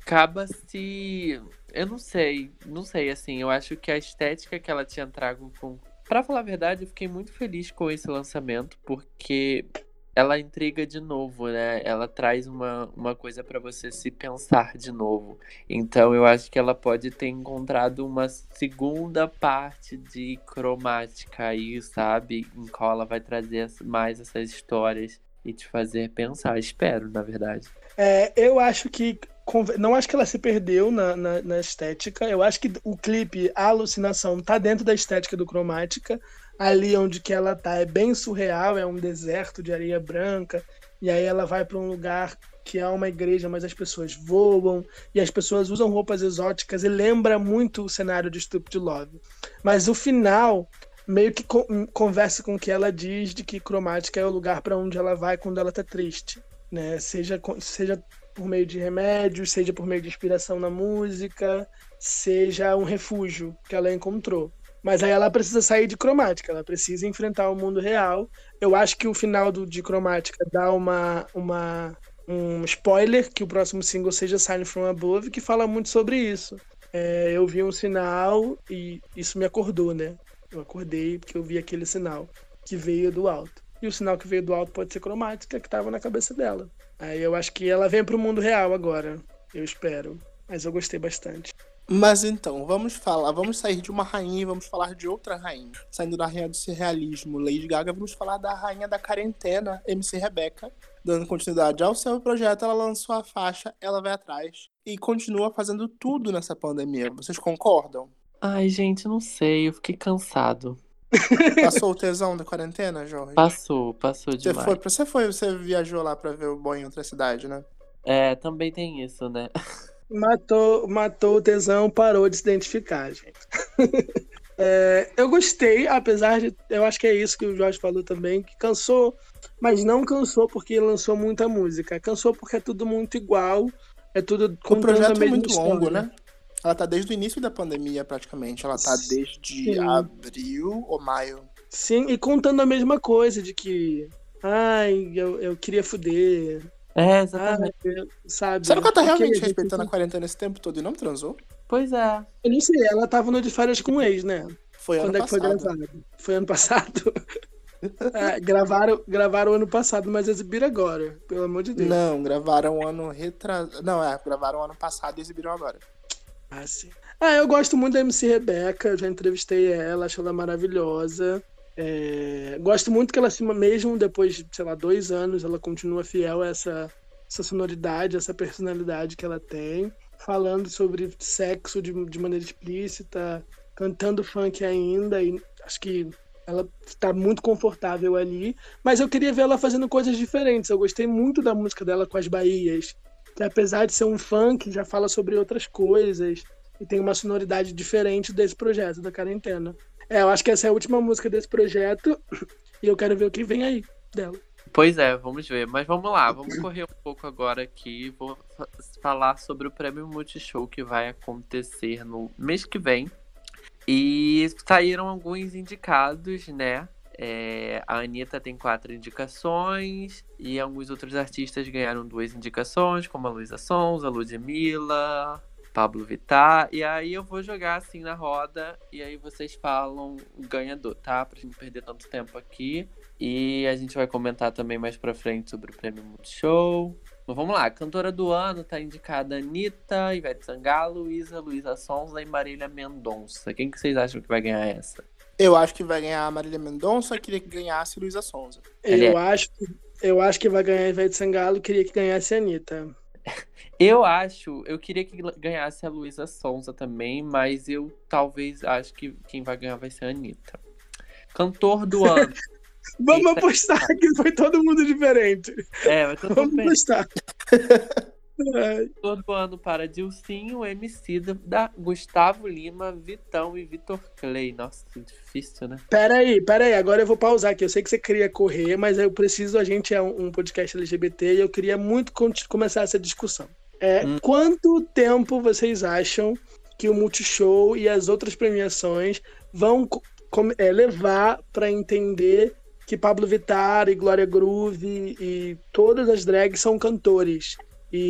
acaba se... Eu não sei, não sei, assim, eu acho que a estética que ela tinha trago com... Pra falar a verdade, eu fiquei muito feliz com esse lançamento, porque ela intriga de novo, né? Ela traz uma, uma coisa pra você se pensar de novo. Então eu acho que ela pode ter encontrado uma segunda parte de cromática aí, sabe? Em qual ela vai trazer mais essas histórias e te fazer pensar. Espero, na verdade. É, eu acho que. Não acho que ela se perdeu na, na, na estética. Eu acho que o clipe, a alucinação, tá dentro da estética do cromática. Ali onde que ela tá é bem surreal, é um deserto de areia branca. E aí ela vai para um lugar que é uma igreja, mas as pessoas voam. E as pessoas usam roupas exóticas e lembra muito o cenário de Stupid Love. Mas o final meio que conversa com o que ela diz de que cromática é o lugar para onde ela vai quando ela tá triste, né? Seja, seja por meio de remédios, seja por meio de inspiração na música, seja um refúgio que ela encontrou. Mas aí ela precisa sair de cromática, ela precisa enfrentar o mundo real. Eu acho que o final do, de cromática dá uma, uma, um spoiler, que o próximo single seja Sign From Above, que fala muito sobre isso. É, eu vi um sinal e isso me acordou, né? Eu acordei porque eu vi aquele sinal que veio do alto. E o sinal que veio do alto pode ser cromática, que estava na cabeça dela. Aí eu acho que ela vem pro mundo real agora. Eu espero. Mas eu gostei bastante. Mas então, vamos falar, vamos sair de uma rainha e vamos falar de outra rainha. Saindo da rainha do surrealismo, Lady Gaga, vamos falar da rainha da quarentena, M C Rebeca. Dando continuidade ao seu projeto, ela lançou a faixa Ela Vai Atrás. E continua fazendo tudo nessa pandemia. Vocês concordam? Ai, gente, não sei, eu fiquei cansado. Passou o tesão da quarentena, Jorge? Passou, passou Você demais. foi, você foi, você viajou lá pra ver o boy em outra cidade, né? É, também tem isso, né? Matou, matou o tesão, parou de se identificar, gente. É, eu gostei, apesar de... Eu acho que é isso que o Jorge falou também, que cansou, mas não cansou porque lançou muita música. Cansou porque é tudo muito igual, é tudo O projeto é muito história. longo, né? Ela tá desde o início da pandemia, praticamente. Ela tá desde Sim. abril ou maio. Sim, e contando a mesma coisa, de que... Ai, eu, eu queria fuder. É, exatamente. Ah, eu, sabe? Será que ela tá Porque realmente a gente- respeitando a quarentena esse tempo todo e não transou? Pois é. Eu não sei, ela tava no de férias com o ex, né? Foi ano Quando é que foi passado. gravado? Foi ano passado? É, gravaram, gravaram ano passado, mas exibiram agora, pelo amor de Deus. Não, gravaram ano retrasado. Não, é, gravaram ano passado e exibiram agora. Ah, sim. Ah, eu gosto muito da M C Rebeca, eu já entrevistei ela, acho ela maravilhosa. É, gosto muito que ela, assim, mesmo depois de, sei lá, dois anos, ela continua fiel a essa, essa sonoridade, essa personalidade que ela tem, falando sobre sexo de, de maneira explícita, cantando funk ainda, e acho que ela está muito confortável ali, mas eu queria ver ela fazendo coisas diferentes. Eu gostei muito da música dela com as Bahias, que apesar de ser um funk, já fala sobre outras coisas e tem uma sonoridade diferente desse projeto da quarentena. É, eu acho que essa é a última música desse projeto e eu quero ver o que vem aí dela. Pois é, vamos ver. Mas vamos lá, vamos correr um pouco agora aqui. Vou fa- falar sobre o Prêmio Multishow que vai acontecer no mês que vem. E saíram alguns indicados, né? É, a Anitta tem quatro indicações e alguns outros artistas ganharam duas indicações, como a Luísa Sonza, a Ludmilla, Pablo Vittar. E aí eu vou jogar assim na roda e aí vocês falam o ganhador, tá? Pra gente não perder tanto tempo aqui. E a gente vai comentar também mais pra frente sobre o Prêmio Multishow. Então vamos lá, cantora do ano tá indicada Anitta, Ivete Sangalo, Luísa, Luísa Sonza e Marília Mendonça. Quem que vocês acham que vai ganhar essa? Eu acho que vai ganhar a Marília Mendonça, eu queria que ganhasse Luísa Sonza. Ele Eu, acho, eu acho que vai ganhar a Ivete Sangalo, queria que ganhasse a Anitta. Eu acho, eu queria que ganhasse a Luísa Sonza também, mas eu talvez acho que quem vai ganhar vai ser a Anitta. Cantor do ano. Vamos Eita. apostar que foi todo mundo diferente. É, vai todo Vamos mundo bem. apostar. É, Cantor do ano para Dilcinho, M C da Gustavo Lima, Vitão e Vitor Clay. Nossa, difícil, né? Peraí, peraí, agora eu vou pausar aqui. Eu sei que você queria correr, mas eu preciso, a gente é um, um podcast L G B T e eu queria muito conti- começar essa discussão. É, Hum. Quanto tempo vocês acham que o Multishow e as outras premiações vão co- com- é, levar para entender que Pablo Vittar e Glória Groove e todas as drags são cantores? E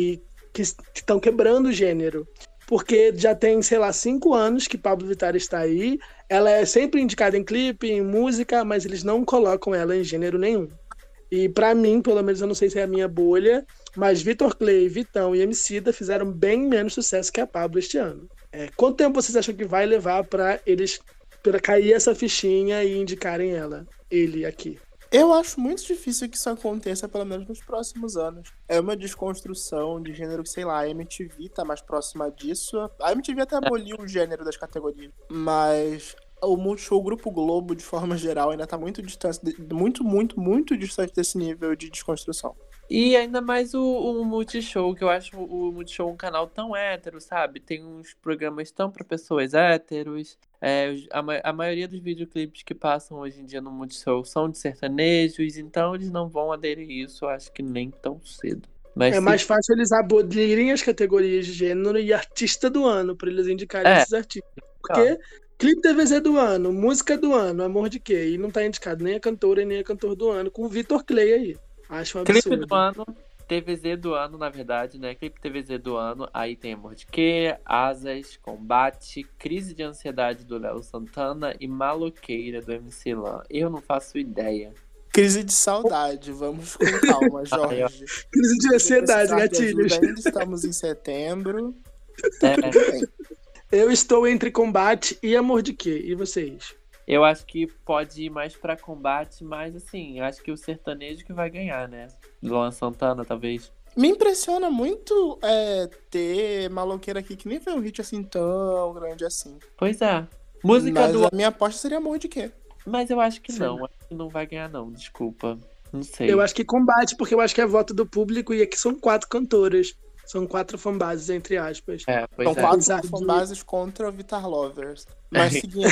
que estão quebrando o gênero. Porque já tem, sei lá, cinco anos que Pablo Vittar está aí. Ela é sempre indicada em clipe, em música, mas eles não colocam ela em gênero nenhum. E pra mim, pelo menos, eu não sei se é a minha bolha, mas Vitor Clay, Vitão e Emicida fizeram bem menos sucesso que a Pablo este ano. É, quanto tempo vocês acham que vai levar pra eles pra cair essa fichinha e indicarem ela, ele aqui? Eu acho muito difícil que isso aconteça, pelo menos nos próximos anos. É uma desconstrução de gênero que, sei lá, a M T V tá mais próxima disso. A M T V até aboliu o gênero das categorias. Mas o Multishow, o Grupo Globo, de forma geral, ainda tá muito distante, muito, muito, muito distante desse nível de desconstrução. E ainda mais o, o Multishow, que eu acho o Multishow um canal tão hétero, sabe? Tem uns programas tão pra pessoas héteros. É, a, ma- a maioria dos videoclipes que passam hoje em dia no Multishow são de sertanejos, então eles não vão aderir a isso, eu acho que nem tão cedo. Mas É se- mais fácil eles abolirem as categorias de gênero e artista do ano, pra eles indicarem É. esses artistas. Porque clipe T V Z do ano, música do ano, Amor de Quê? E não tá indicado nem a cantora e nem a cantor do ano, com o Vitor Clay aí. Acho um Clipe absurdo. do ano, T V Z do ano, na verdade, né? Clipe T V Z do ano, aí tem Amor de Quê, Asas, Combate, Crise de Ansiedade do Léo Santana e Maloqueira do M C Lan. Eu não faço ideia. Crise de saudade, vamos com calma, Jorge. Crise de ansiedade, Precisar de gatilhos. ajuda, ainda estamos em setembro. É, Tudo bem. Eu estou entre Combate e Amor de Quê? E vocês? eu acho que pode ir mais pra Combate, mas assim, eu acho que o sertanejo que vai ganhar, né? Luan Santana, talvez. Me impressiona muito é, ter Maloqueira aqui, que nem foi um hit assim tão grande assim. Pois é. Música Mas do a minha aposta seria Amor de Quê? Mas eu acho que Sim. não. Acho que não vai ganhar, não. Desculpa. Não sei. Eu acho que Combate, porque eu acho que é voto do público e aqui são quatro cantoras. São quatro fanbases, entre aspas. É, pois São é. quatro Apesar de- fanbases contra o Vitar Lovers. Mas seguindo,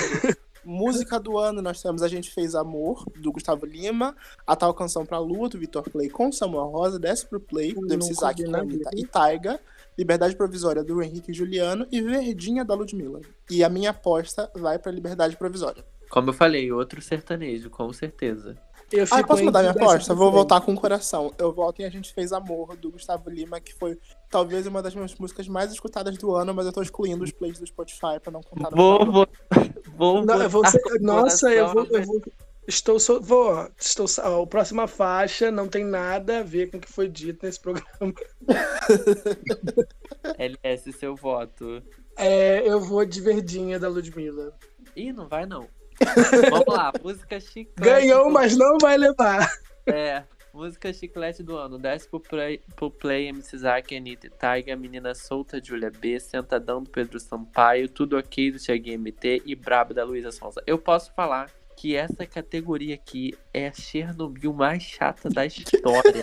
música do ano, nós temos A Gente Fez Amor, do Gustavo Lima, A Tal Canção Pra Lua, do Vitor Clay com Samuel Rosa, Desce Pro Play, Eu do M C nunca Zack ouvi com na Anitta vida. e Taiga, Liberdade Provisória, do Henrique e Juliano e Verdinha, da Ludmilla. E a minha aposta vai pra Liberdade Provisória. Como eu falei, outro sertanejo, com certeza. Eu Ah, fico posso mudar minha entre Desce aposta? Pro Vou Play. voltar com o coração. Eu volto em A Gente Fez Amor, do Gustavo Lima, que foi talvez uma das minhas músicas mais escutadas do ano, mas eu tô excluindo os plays do Spotify pra não contar no Vou, final. vou, vou. Não, eu vou votar ser- com o Nossa, eu vou, coração, eu vou. Estou. So... Vou, ó, estou. Ó, a próxima faixa não tem nada a ver com o que foi dito nesse programa. L S, seu voto. É, eu vou de Verdinha da Ludmilla. Ih, não vai não. Vamos lá, música chiclete. Ganhou, do... mas não vai levar. É, música chiclete do ano. Desce pro play, pro play M C Zack, Anitta e Taiga, Menina Solta, Júlia B, Sentadão do Pedro Sampaio, Tudo Ok do Thiaguinho M T e Brabo da Luísa Sonza. Eu posso falar que essa categoria aqui é a Chernobyl mais chata da história.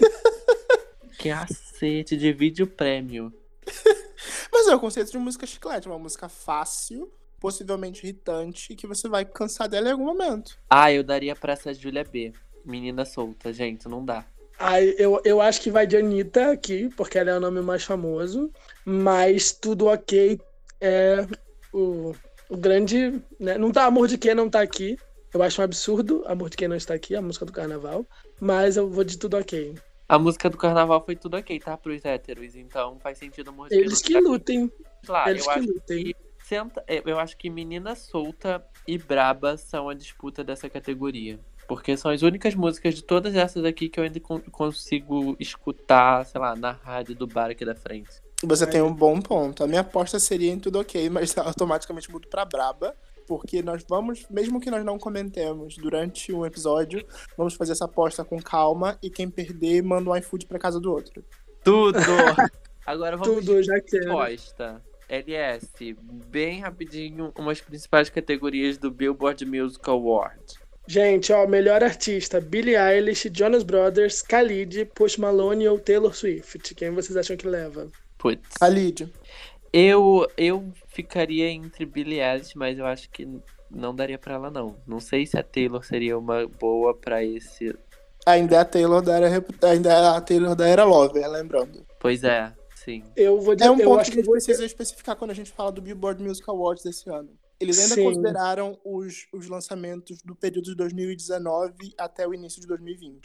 Cacete, de vídeo prêmio. Mas é o conceito de música chiclete, uma música fácil, possivelmente irritante, e que você vai cansar dela em algum momento. Ah, eu daria pra essa Júlia B. Menina Solta, gente, não dá. Aí, eu, eu acho que vai de Anitta aqui, porque ela é o nome mais famoso. Mas Tudo Ok é o, o grande. Né? Não tá, Amor de Quê não tá aqui. Eu acho um absurdo Amor de Quê não está aqui, a música do carnaval. Mas eu vou de Tudo Ok. A música do carnaval foi tudo ok, tá? Pros héteros, então faz sentido Amor de Quê Eles não que tá lutem. lá. Eles Eu que acho lutem. que senta, é, eu acho que Menina Solta e Braba são a disputa dessa categoria. Porque são as únicas músicas de todas essas aqui que eu ainda con- consigo escutar, sei lá, na rádio do bar aqui da frente. Você Ai. tem um bom ponto. A minha aposta seria em Tudo Ok, mas automaticamente mudo pra Braba. Porque nós vamos, mesmo que nós não comentemos durante um episódio, vamos fazer essa aposta com calma e quem perder manda um iFood pra casa do outro. Tudo! Agora vamos Tudo, eu já quero. resposta. L S, bem rapidinho, umas principais categorias do Billboard Music Award. Gente, ó, melhor artista: Billie Eilish, Jonas Brothers, Khalid, Post Malone ou Taylor Swift. Quem vocês acham que leva? Putz. Khalid. Eu, eu ficaria entre Billie Eilish, mas eu acho que não daria pra ela, não. Não sei se a Taylor seria uma boa pra esse... Ainda é a Taylor da era, ainda é a Taylor da era Lover, lembrando. Pois é, sim. Eu vou de, É um eu ponto acho que a que gente vou precisa especificar quando a gente fala do Billboard Music Awards desse ano. Eles ainda Sim. consideraram os, os lançamentos do período de dois mil e dezenove até o início de dois mil e vinte.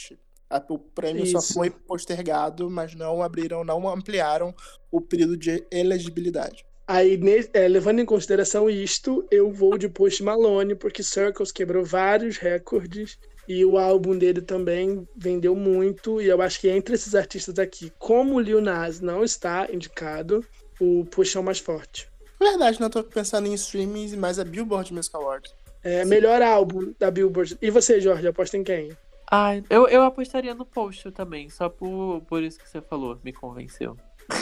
A- O prêmio Isso. só foi postergado, mas não abriram, não ampliaram o período de elegibilidade. Aí, ne- é, levando em consideração isto, eu vou de Post Malone, porque Circles quebrou vários recordes e o álbum dele também vendeu muito. E eu acho que entre esses artistas aqui, como o Lil Nas não está indicado, o Push é o mais forte. Verdade, não tô pensando em streamings, mas a Billboard Music Awards. É, melhor álbum da Billboard. E você, Jorge, aposta em quem? Ai, eu, eu apostaria no Post também, só por, por isso que você falou, me convenceu.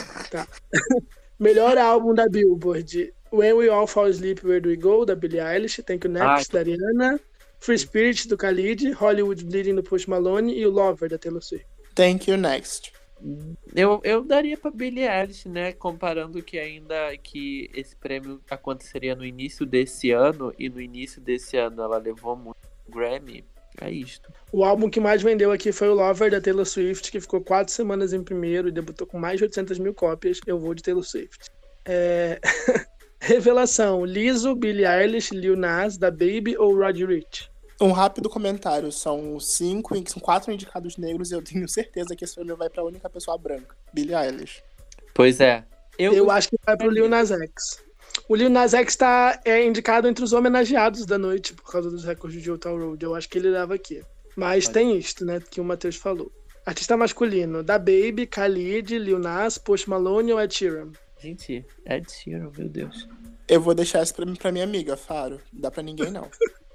Melhor álbum da Billboard: When We All Fall Asleep, Where Do We Go, da Billie Eilish, Thank You Next, da Ariana, Free Spirit, do Khalid, Hollywood Bleeding, do Post Malone e o Lover, da Taylor Swift. Thank you, next. Eu, eu daria pra Billie Eilish, né? Comparando que ainda que esse prêmio aconteceria no início desse ano, e no início desse ano ela levou muito Grammy. É isto. O álbum que mais vendeu aqui foi o Lover, da Taylor Swift, que ficou quatro semanas em primeiro e debutou com mais de oitocentas mil cópias. Eu vou de Taylor Swift. É... Revelação: Lizzo, Billie Eilish, Lil Nas, da Baby ou Roddy Ricch? Um rápido comentário. São cinco, são quatro indicados negros e eu tenho certeza que esse prêmio vai pra única pessoa branca. Billie Eilish. Pois é. Eu, eu acho que vai pro Lil Nas X. O Lil Nas X tá, é indicado entre os homenageados da noite por causa dos recordes de Old Town Road. Eu acho que ele leva aqui. Mas Pode. tem isto, né, que o Matheus falou. Artista masculino: da Baby, Khalid, Lil Nas, Post Malone ou Ed Sheeran? Gente, Ed Sheeran, meu Deus. Eu vou deixar esse prêmio pra minha amiga, Faro. Não dá pra ninguém, não.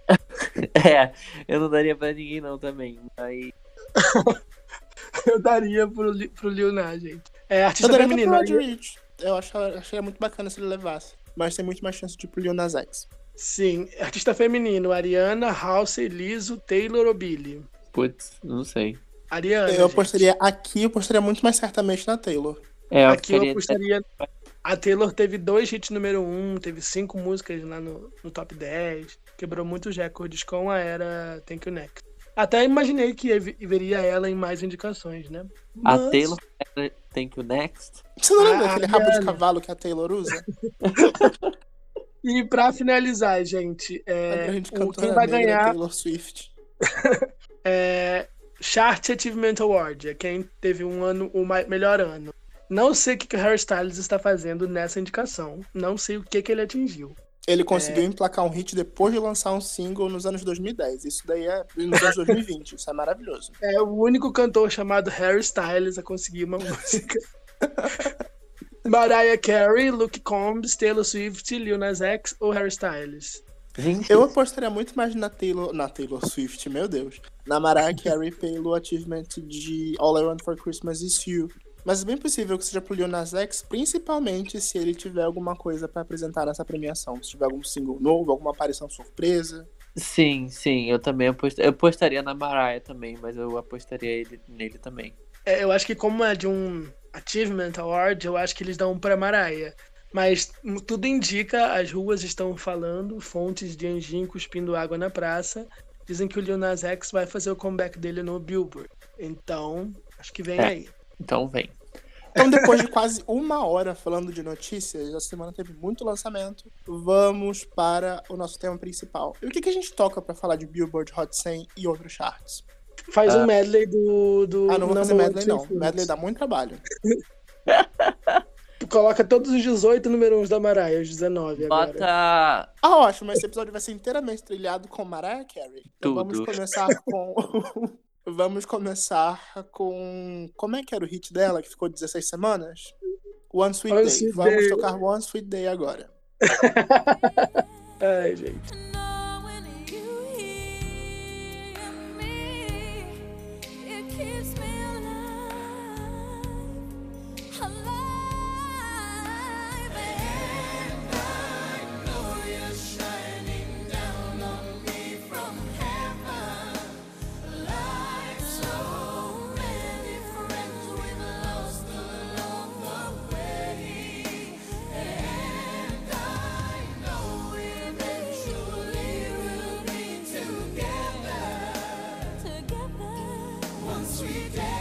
É, eu não daria pra ninguém não também. Aí... eu daria pro, pro Lil Nas, gente. É, artista eu daria feminino. Pro Roddy Ricch. Eu acho, achei muito bacana se ele levasse. Mas tem muito mais chance de ir pro Lil Nas X. Sim, artista feminino: Ariana, Halsey, Lizzo, Taylor ou Billie? Putz, não sei. Ariana, Eu gente. apostaria aqui, eu apostaria muito mais certamente na Taylor. É, eu aqui ficaria... eu apostaria... A Taylor teve dois hits número um, teve cinco músicas lá no, no top dez, quebrou muitos recordes com a era Thank You Next. Até imaginei que veria ela em mais indicações, né? A Mas... Taylor Thank You Next? Você não lembra Ah, aquele rabo de cavalo que a Taylor usa? E pra finalizar, gente, é, o, quem vai ganhar Taylor Swift. é Chart Achievement Award, é quem teve um ano, o melhor ano. Não sei o que, que o Harry Styles está fazendo nessa indicação. Não sei o que, que ele atingiu. Ele conseguiu É... emplacar um hit depois de lançar um single nos anos dois mil e dez. Isso daí é nos anos dois mil e vinte. Isso é maravilhoso. É o único cantor chamado Harry Styles a conseguir uma música. Mariah Carey, Luke Combs, Taylor Swift, Lil Nas X ou Harry Styles? Gente. Eu apostaria muito mais na Taylor, na Taylor Swift, meu Deus. Na Mariah Carey pelo achievement de All I Want for Christmas Is You. Mas é bem possível que seja pro Lil Nas X, principalmente se ele tiver alguma coisa pra apresentar nessa premiação. Se tiver algum single novo, alguma aparição surpresa. Sim, sim, eu também apost... eu apostaria na Mariah também, mas eu apostaria ele, nele também. É, eu acho que como é de um Achievement Award, eu acho que eles dão pra Mariah. Mas tudo indica, as ruas estão falando, fontes de anjinho cuspindo água na praça, dizem que o Lil Nas X vai fazer o comeback dele no Billboard. Então, acho que vem é. aí. Então vem. Então, depois de quase uma hora falando de notícias, a semana teve muito lançamento. Vamos para o nosso tema principal. E o que, que a gente toca pra falar de Billboard Hot cem e outros charts? Faz Ah. um medley do... do Ah, não vou fazer Number medley, One não. Tunes. Medley dá muito trabalho. Tu coloca todos os dezoito número uns da Mariah, os dezenove agora. Bota. Ah, ótimo. Esse episódio vai ser inteiramente trilhado com Mariah Carey. Então Tudo. vamos começar com... Vamos começar com... Como é que era o hit dela, que ficou dezesseis semanas? One Sweet One Day. Sweet Vamos Day. tocar One Sweet Day agora. Ai, gente. Sweet day.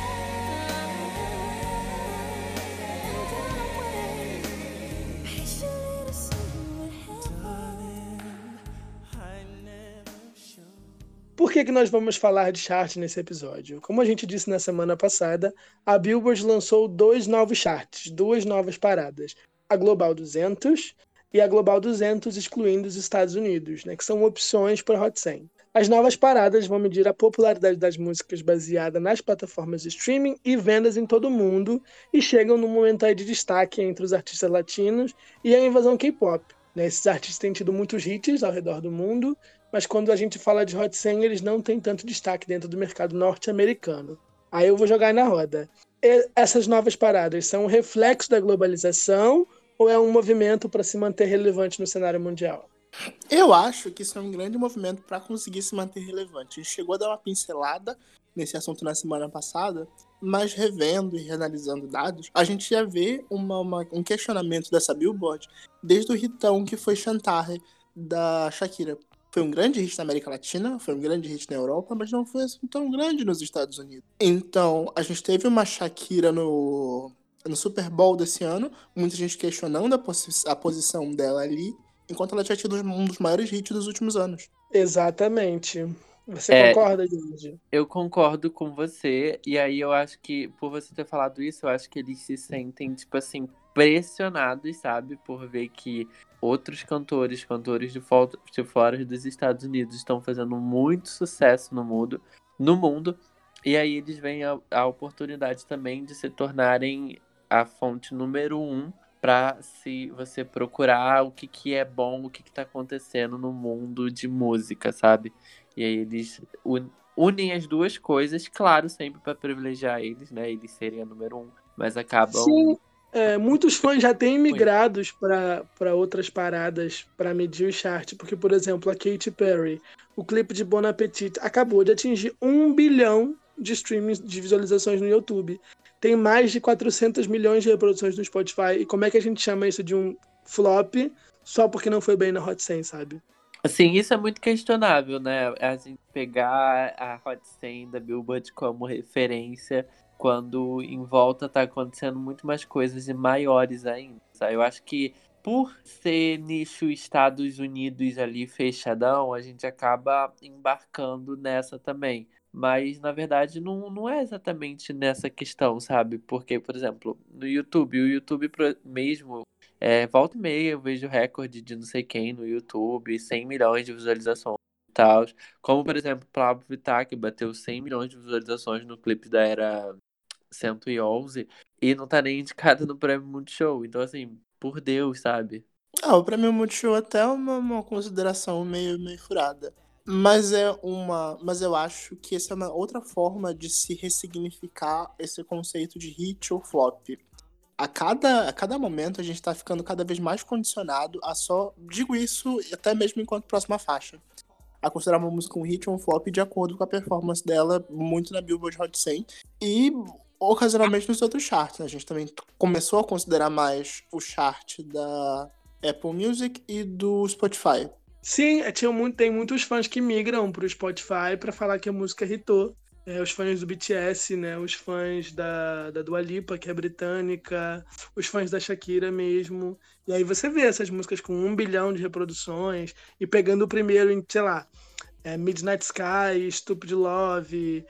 que, que nós vamos falar de chart nesse episódio? Como a gente disse na semana passada, a Billboard lançou dois novos charts, duas novas paradas. A Global duzentos e a Global duzentos excluindo os Estados Unidos, né, que são opções para Hot cem. As novas paradas vão medir a popularidade das músicas baseada nas plataformas de streaming e vendas em todo o mundo e chegam num momento aí de destaque entre os artistas latinos e a invasão K-pop. Né? Esses artistas têm tido muitos hits ao redor do mundo, mas quando a gente fala de Hot cem, eles não têm tanto destaque dentro do mercado norte-americano. Aí eu vou jogar aí na roda. E essas novas paradas são um reflexo da globalização ou é um movimento para se manter relevante no cenário mundial? Eu acho que isso é um grande movimento para conseguir se manter relevante. A gente chegou a dar uma pincelada nesse assunto na semana passada, mas revendo e reanalisando dados, a gente já vê uma, uma, um questionamento dessa Billboard desde o hitão que foi Chantarre, da Shakira. Foi um grande hit na América Latina, foi um grande hit na Europa, mas não foi assim tão grande nos Estados Unidos. Então, a gente teve uma Shakira no, no Super Bowl desse ano, muita gente questionando a, posi- a posição dela ali, enquanto ela tinha tido um dos maiores hits dos últimos anos. Exatamente. Você É, concorda, Jorge? Eu concordo com você, e aí eu acho que, por você ter falado isso, eu acho que eles se sentem, tipo assim, pressionados, sabe? Por ver que outros cantores, cantores de, fo- de fora dos Estados Unidos estão fazendo muito sucesso no mundo, no mundo, e aí eles veem a, a oportunidade também de se tornarem a fonte número um para se você procurar o que, que é bom, o que, que tá acontecendo no mundo de música, sabe? E aí eles un- unem as duas coisas, claro, sempre para privilegiar eles, né? Eles serem a número um, mas acabam. Sim, é, muitos fãs já têm Oi. migrados para outras paradas para medir o chart, porque, por exemplo, a Katy Perry, o clipe de Bon Appetit acabou de atingir um bilhão de streamings de visualizações no YouTube. Tem mais de quatrocentos milhões de reproduções no Spotify. E como é que a gente chama isso de um flop só porque não foi bem na Hot cem, sabe? Assim, isso é muito questionável, né? A gente pegar a Hot cem da Billboard como referência quando em volta tá acontecendo muito mais coisas e maiores ainda, sabe? Eu acho que por ser nicho Estados Unidos ali fechadão, a gente acaba embarcando nessa também. Mas, na verdade, não, não é exatamente nessa questão, sabe? Porque, por exemplo, no YouTube, o YouTube pro- mesmo, é, volta e meia eu vejo recorde de não sei quem no YouTube, cem milhões de visualizações e tal. Como, por exemplo, Pablo Vittar, que bateu cem milhões de visualizações no clipe da Era cento e onze e não tá nem indicado no Prêmio Multishow. Então, assim, por Deus, sabe? Ah, o Prêmio Multishow até é uma, uma consideração meio, meio furada. Mas é uma. Mas eu acho que essa é uma outra forma de se ressignificar esse conceito de hit ou flop. A cada, a cada momento a gente tá ficando cada vez mais condicionado a só. Digo isso até mesmo enquanto próxima faixa. A considerar uma música um hit ou um flop de acordo com a performance dela, muito na Billboard Hot cem. E ocasionalmente nos outros charts. Né? A gente também começou a considerar mais o chart da Apple Music e do Spotify. Sim, é, tinha muito, tem muitos fãs que migram pro Spotify para falar que a música hitou. É, os fãs do B T S, né? Os fãs da, da Dua Lipa, que é britânica, os fãs da Shakira mesmo. E aí você vê essas músicas com um bilhão de reproduções e pegando o primeiro em, sei lá, é, Midnight Sky, Stupid Love,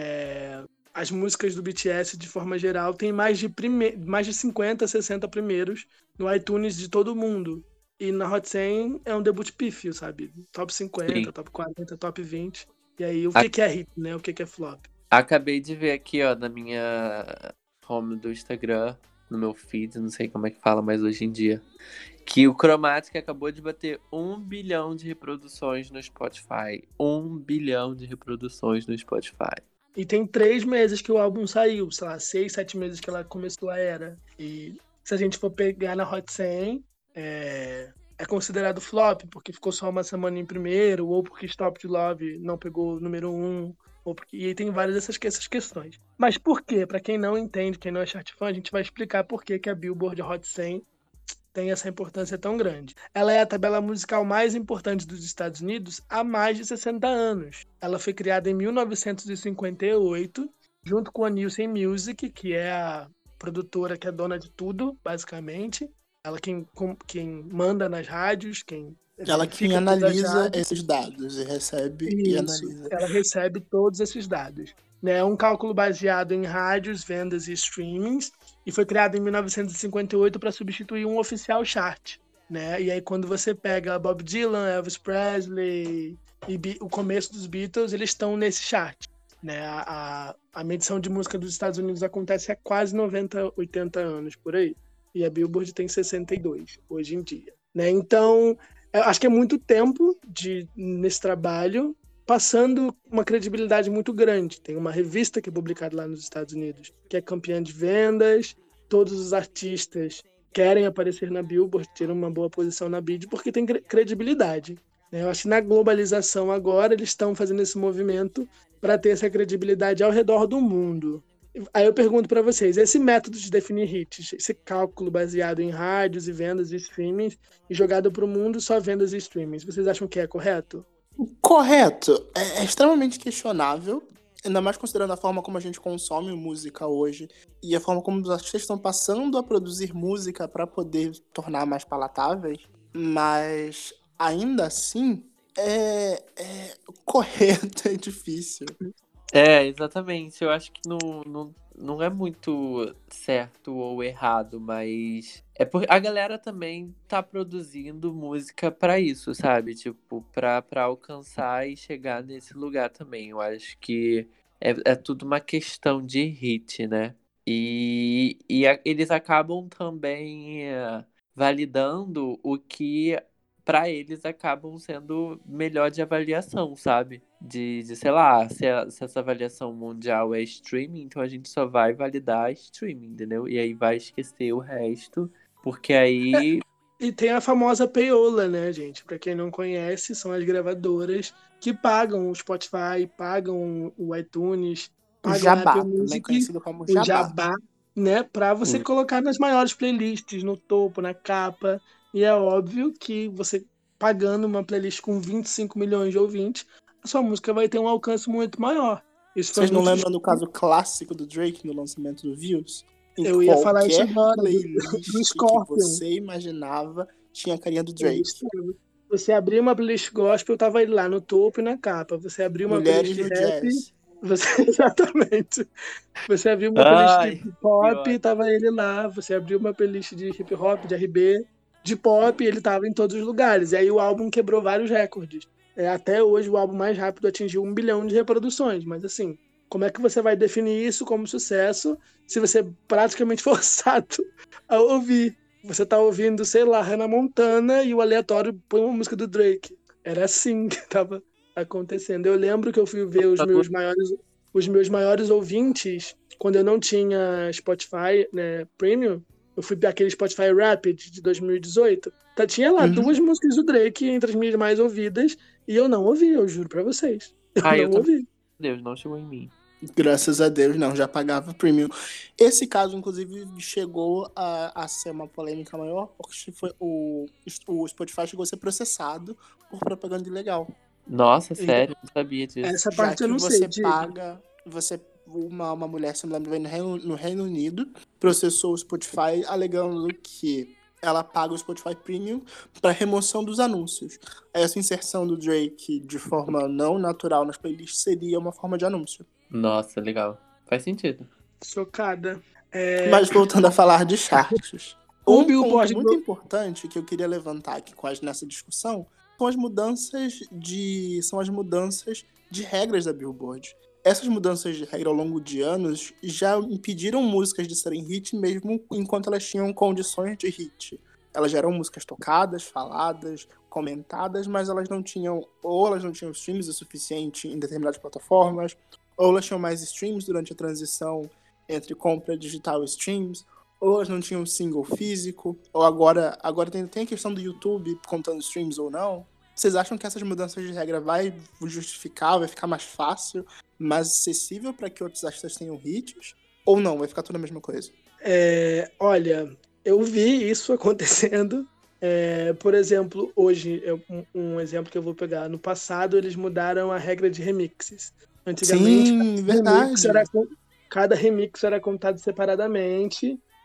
é, as músicas do B T S de forma geral tem mais de, prime... mais de cinquenta, sessenta primeiros no iTunes de todo mundo. E na Hot cem é um debut pífio, sabe? Top cinquenta, Sim. top quarenta, top vinte. E aí, o que, que é hit, né? O que, que é flop? Acabei de ver aqui, ó, na minha home do Instagram, no meu feed, não sei como é que fala mais hoje em dia, que o Chromatic acabou de bater um bilhão de reproduções no Spotify. Um bilhão de reproduções no Spotify. E tem três meses que o álbum saiu, sei lá, seis, sete meses que ela começou a era. E se a gente for pegar na Hot cem, é, é considerado flop, porque ficou só uma semana em primeiro, ou porque Stop to Love não pegou o número um, ou porque... e aí tem várias dessas essas questões. Mas por quê? Para quem não entende, quem não é chart fã, a gente vai explicar por que que a Billboard Hot cem tem essa importância tão grande. Ela é a tabela musical mais importante dos Estados Unidos há mais de sessenta anos. Ela foi criada em mil novecentos e cinquenta e oito, junto com a Nielsen Music, que é a produtora que é dona de tudo, basicamente. Ela quem, quem manda nas rádios, quem Ela que verifica todas as analisa rádios. esses dados e recebe e Isso, analisa. ela recebe todos esses dados. É um cálculo baseado em rádios, vendas e streamings, e foi criado em mil novecentos e cinquenta e oito para substituir um oficial chart. Né? E aí quando você pega Bob Dylan, Elvis Presley e Be- o começo dos Beatles, eles estão nesse chart. Né? A, a, a medição de música dos Estados Unidos acontece há quase noventa, oitenta anos por aí. E a Billboard tem sessenta e dois hoje em dia. Né? Então, eu acho que é muito tempo de, nesse trabalho, passando uma credibilidade muito grande. Tem uma revista que é publicada lá nos Estados Unidos, que é campeã de vendas, todos os artistas querem aparecer na Billboard, ter uma boa posição na Billboard, porque tem cre- credibilidade. Né? Eu acho que na globalização agora, eles estão fazendo esse movimento para ter essa credibilidade ao redor do mundo. Aí eu pergunto para vocês, esse método de definir hits, esse cálculo baseado em rádios e vendas e streamings, e jogado para o mundo só vendas e streamings, vocês acham que é correto? Correto. É, é extremamente questionável, ainda mais considerando a forma como a gente consome música hoje e a forma como os artistas estão passando a produzir música para poder tornar mais palatáveis, mas ainda assim é, é correto, é difícil. É, exatamente. Eu acho que não, não, não é muito certo ou errado, mas é porque a galera também tá produzindo música pra isso, sabe? Tipo, pra, pra alcançar e chegar nesse lugar também. Eu acho que é, é tudo uma questão de hit, né? E, e a- eles acabam também é, validando o que pra eles acabam sendo melhor de avaliação, sabe? De, de sei lá, se, a- se essa avaliação mundial é streaming, então a gente só vai validar streaming, entendeu? E aí vai esquecer o resto, porque aí. E tem a famosa payola, né, gente? Pra quem não conhece, são as gravadoras que pagam o Spotify, pagam o iTunes, O pagam a Apple jabá, também Music, conhecido como o jabá. Jabá, né? Pra você Hum. colocar nas maiores playlists, no topo, na capa. E é óbvio que você pagando uma playlist com vinte e cinco milhões de ouvintes, a sua música vai ter um alcance muito maior. Isso foi Vocês não muito lembram do caso clássico do Drake no lançamento do Views? Em Eu ia falar isso qualquer agora, do, playlist do que Scorpion. você imaginava, tinha a carinha do Drake. Isso. Você abriu uma playlist gospel, tava ele lá no topo e na capa. Você abriu uma Mulheres playlist no rap, jazz. você exatamente. Você abriu uma playlist de Ai, hip hop, pior. tava ele lá. Você abriu uma playlist de hip hop, de R B, de pop, ele tava em todos os lugares. E aí o álbum quebrou vários recordes. É, até hoje o álbum mais rápido atingiu um bilhão de reproduções. Mas assim, como é que você vai definir isso como sucesso se você é praticamente forçado a ouvir? Você tá ouvindo, sei lá, Hannah Montana e o aleatório põe uma música do Drake. Era assim que tava acontecendo. Eu lembro que eu fui ver os meus maiores, os meus maiores ouvintes quando eu não tinha Spotify, né, Premium. Eu fui para aquele Spotify Rapid de dois mil e dezoito. Tá, tinha lá Uhum. duas músicas do Drake entre as minhas mais ouvidas e eu não ouvi, eu juro pra vocês. Eu Ah, não eu também. ouvi. Deus, não chegou em mim. Graças a Deus, não, já pagava premium. Esse caso, inclusive, chegou a, a ser uma polêmica maior, porque foi o, o Spotify chegou a ser processado por propaganda ilegal. Nossa, sério, não sabia disso. Essa Já parte que eu não você sei. Diego. paga, você, uma, uma mulher, se não me engano, no Reino, no Reino Unido, processou o Spotify alegando que ela paga o Spotify Premium para remoção dos anúncios. Essa inserção do Drake de forma não natural nas playlists seria uma forma de anúncio. Nossa, legal. Faz sentido. Chocada. É, Mas voltando a falar de charts, O um Billboard ponto muito Glo- importante que eu queria levantar aqui quase nessa discussão são as mudanças de são as mudanças de regras da Billboard. Essas mudanças de regra ao longo de anos já impediram músicas de serem hit mesmo enquanto elas tinham condições de hit. Elas já eram músicas tocadas, faladas, comentadas, mas elas não tinham, ou elas não tinham streams o suficiente em determinadas plataformas, ou elas tinham mais streams durante a transição entre compra digital e streams, ou elas não tinham single físico, ou agora, agora tem, tem a questão do YouTube contando streams ou não. Vocês acham que essas mudanças de regra vai justificar, vai ficar mais fácil, mais acessível para que outros artistas tenham hits? Ou não, vai ficar tudo a mesma coisa? É, olha, eu vi isso acontecendo. É, por exemplo, hoje, eu- um, um exemplo que eu vou pegar. No passado, eles mudaram a regra de remixes. Antigamente, Sim, remix verdade. era, con- cada remix era contado separadamente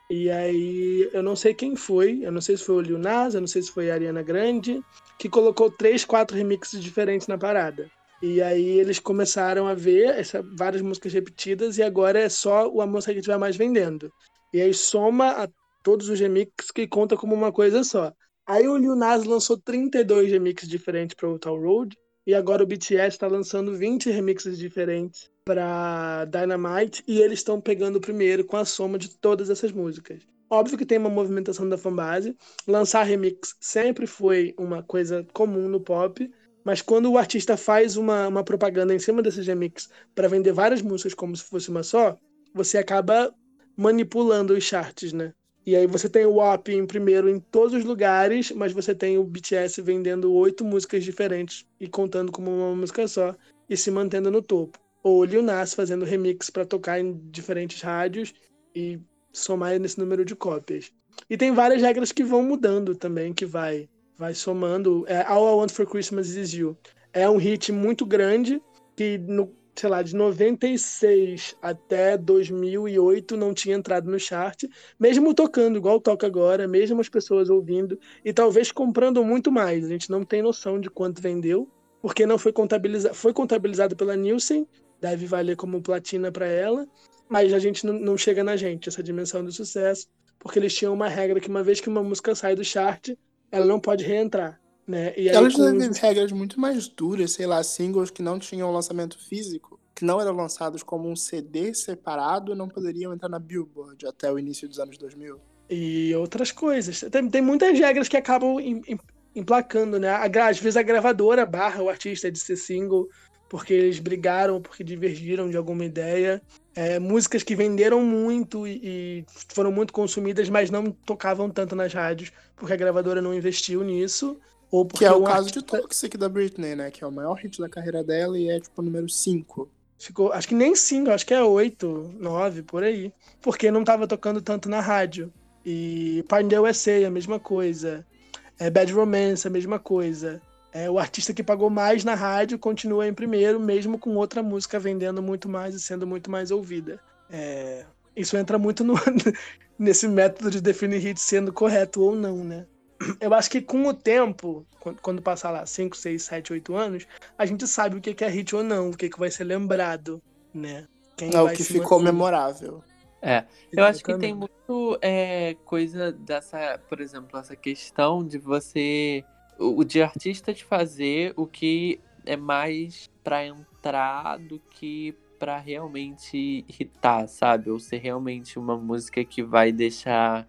E aí, eu não sei quem foi, eu não sei se foi o Lil Nas, eu não sei se foi a Ariana Grande, que colocou três, quatro remixes diferentes na parada. E aí eles começaram a ver essa, várias músicas repetidas e agora é só a música que estiver mais vendendo. E aí soma a todos os remixes que conta como uma coisa só. Aí o Lil Nas lançou trinta e dois remixes diferentes para o Toll Road e agora o B T S está lançando vinte remixes diferentes para Dynamite e eles estão pegando o primeiro com a soma de todas essas músicas. Óbvio que tem uma movimentação da fanbase. Lançar remix sempre foi uma coisa comum no pop, mas quando o artista faz uma, uma propaganda em cima desses remix para vender várias músicas como se fosse uma só, você acaba manipulando os charts, né? E aí você tem o W A P em primeiro em todos os lugares, mas você tem o B T S vendendo oito músicas diferentes e contando como uma música só e se mantendo no topo. Ou o Lil Nas fazendo remix para tocar em diferentes rádios e somar nesse número de cópias. E tem várias regras que vão mudando também, que vai, vai somando. É, All I Want for Christmas Is You é um hit muito grande que, no, sei lá, de noventa e seis até dois mil e oito não tinha entrado no chart, mesmo tocando igual toca agora, mesmo as pessoas ouvindo e talvez comprando muito mais. A gente não tem noção de quanto vendeu, porque não foi contabilizado, foi contabilizado pela Nielsen, deve valer como platina para ela, mas a gente não, não chega na gente, essa dimensão do sucesso, porque eles tinham uma regra que uma vez que uma música sai do chart, ela não pode reentrar, né? E aí, Elas com teve os... regras muito mais duras, sei lá, singles que não tinham lançamento físico, que não eram lançados como um C D separado, não poderiam entrar na Billboard até o início dos anos dois mil. E outras coisas. Tem, tem muitas regras que acabam em, em, emplacando, né? A, às vezes a gravadora barra o artista de ser single, porque eles brigaram, porque divergiram de alguma ideia. É, músicas que venderam muito e, e foram muito consumidas, mas não tocavam tanto nas rádios, porque a gravadora não investiu nisso. Ou porque Que é o um caso artista... de Toxic da Britney, né? Que é o maior hit da carreira dela e é tipo o número cinco. Ficou, acho que nem cinco, acho que é oito, nove, por aí. Porque não tava tocando tanto na rádio. E Party in the U S A, a mesma coisa. É, Bad Romance, a mesma coisa. É, o artista que pagou mais na rádio continua em primeiro, mesmo com outra música vendendo muito mais e sendo muito mais ouvida. É, isso entra muito no, nesse método de definir hit sendo correto ou não, né? Eu acho que com o tempo, quando passar lá cinco, seis, sete, oito anos, a gente sabe o que é hit ou não, o que vai ser lembrado, né? Quem É o vai que se ficou manter. memorável. É, eu acho que tem Exatamente. muito é, coisa dessa, por exemplo, essa questão de você, o de artista de fazer o que é mais pra entrar do que pra realmente hitar, sabe? Ou ser realmente uma música que vai deixar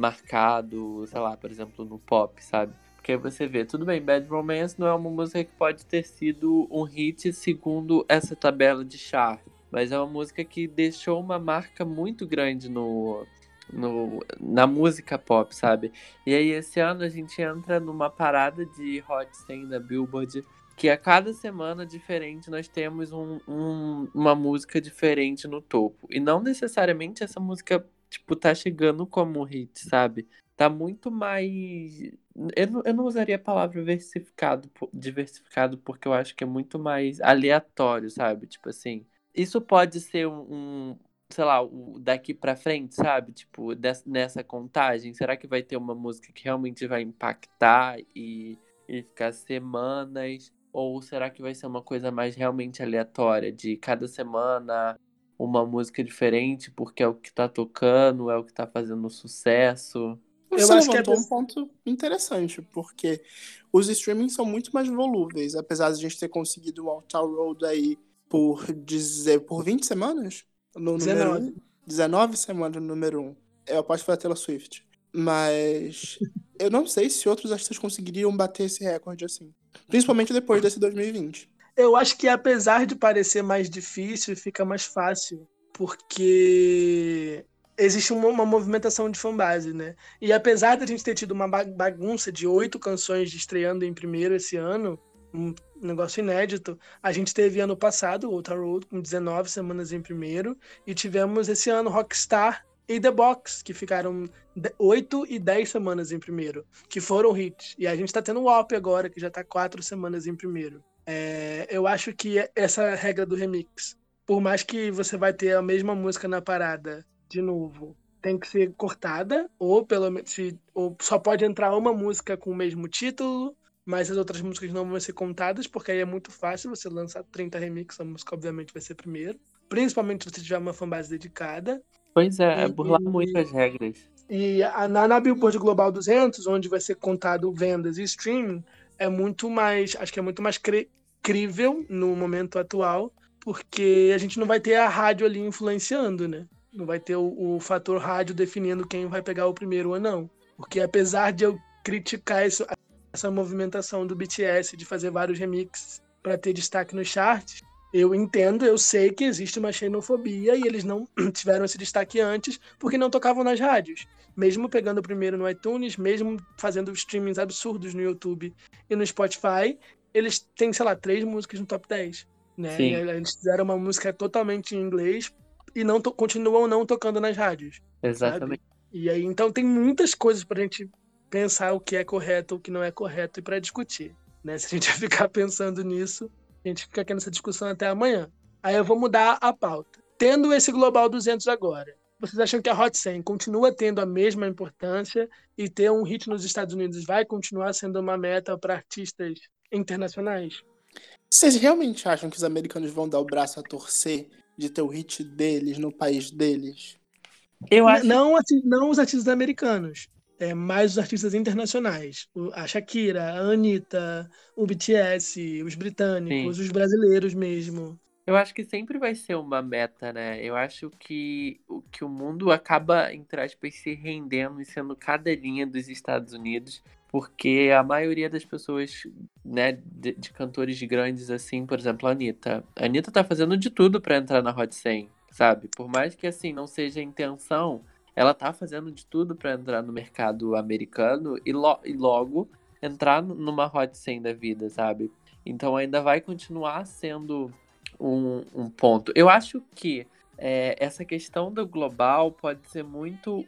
marcado, sei lá, por exemplo, no pop, sabe? Porque aí você vê, tudo bem, Bad Romance não é uma música que pode ter sido um hit segundo essa tabela de chart. Mas é uma música que deixou uma marca muito grande no, no, na música pop, sabe? E aí esse ano a gente entra numa parada de Hot cem da Billboard, que a cada semana diferente nós temos um, um, uma música diferente no topo. E não necessariamente essa música, tipo, tá chegando como um hit, sabe? Tá muito mais... Eu não, eu não usaria a palavra diversificado, diversificado porque eu acho que é muito mais aleatório, sabe? Tipo assim... Isso pode ser um, um, sei lá, o daqui pra frente, sabe? Tipo, des, nessa contagem, será que vai ter uma música que realmente vai impactar e, e ficar semanas? Ou será que vai ser uma coisa mais realmente aleatória, de cada semana uma música diferente, porque é o que tá tocando, é o que tá fazendo sucesso? Eu Você acho que é levantou um ponto interessante, porque os streamings são muito mais volúveis, apesar de a gente ter conseguido um All-Town Road aí por dizer por vinte semanas no número dezenove. um, dezenove semanas no número um. Eu aposto que foi a Taylor Swift. Mas eu não sei se outros artistas conseguiriam bater esse recorde assim. Principalmente depois desse dois mil e vinte. Eu acho que apesar de parecer mais difícil, fica mais fácil, porque existe uma, uma movimentação de fanbase, né? E apesar de a gente ter tido uma bagunça de oito canções estreando em primeiro esse ano, um negócio inédito, a gente teve ano passado o Outer Road com dezenove semanas em primeiro, e tivemos esse ano Rockstar e The Box, que ficaram oito e dez semanas em primeiro, que foram hits. E a gente tá tendo o W A P agora, que já tá quatro semanas em primeiro. É, eu acho que essa regra do remix, por mais que você vai ter a mesma música na parada, de novo, tem que ser cortada, ou pelo menos se, ou só pode entrar uma música com o mesmo título, mas as outras músicas não vão ser contadas, porque aí é muito fácil você lançar trinta remixes, a música obviamente vai ser primeiro, principalmente se você tiver uma fanbase dedicada. Pois é, é E- burlar e- muito as regras. E a- na, na Billboard Global duzentos, onde vai ser contado vendas e streaming, é muito mais, acho que é muito mais cre- crível no momento atual, porque a gente não vai ter a rádio ali influenciando, né? Não vai ter o, o fator rádio definindo quem vai pegar o primeiro ou não. Porque apesar de eu criticar isso, essa movimentação do B T S de fazer vários remixes para ter destaque nos charts, eu entendo, eu sei que existe uma xenofobia e eles não tiveram esse destaque antes porque não tocavam nas rádios. Mesmo pegando o primeiro no iTunes, mesmo fazendo streamings absurdos no YouTube e no Spotify, eles têm, sei lá, três músicas no top dez. Né? Sim. E eles fizeram uma música totalmente em inglês e não to- continuam não tocando nas rádios. Exatamente. Sabe? E aí, então, tem muitas coisas pra gente pensar o que é correto, o que não é correto e pra discutir. Né? Se a gente ficar pensando nisso, a gente fica aqui nessa discussão até amanhã. Aí eu vou mudar a pauta. Tendo esse Global duzentos agora, vocês acham que a Hot cem continua tendo a mesma importância e ter um hit nos Estados Unidos vai continuar sendo uma meta para artistas internacionais? Vocês realmente acham que os americanos vão dar o braço a torcer de ter o hit deles no país deles? Eu N- acho Não, assim, não os artistas americanos, é mais os artistas internacionais. O- A Shakira, a Anitta, o B T S, os britânicos, Sim. os brasileiros mesmo. Eu acho que sempre vai ser uma meta, né? Eu acho que o que o mundo acaba, entre aspas, se rendendo e sendo cadelinha dos Estados Unidos, porque a maioria das pessoas, né, de, de cantores grandes assim, por exemplo, a Anitta. A Anitta tá fazendo de tudo pra entrar na Hot cem, sabe? Por mais que assim não seja a intenção, ela tá fazendo de tudo pra entrar no mercado americano e, lo- e logo entrar numa Hot cem da vida, sabe? Então ainda vai continuar sendo um, um ponto. Eu acho que é, essa questão do global pode ser muito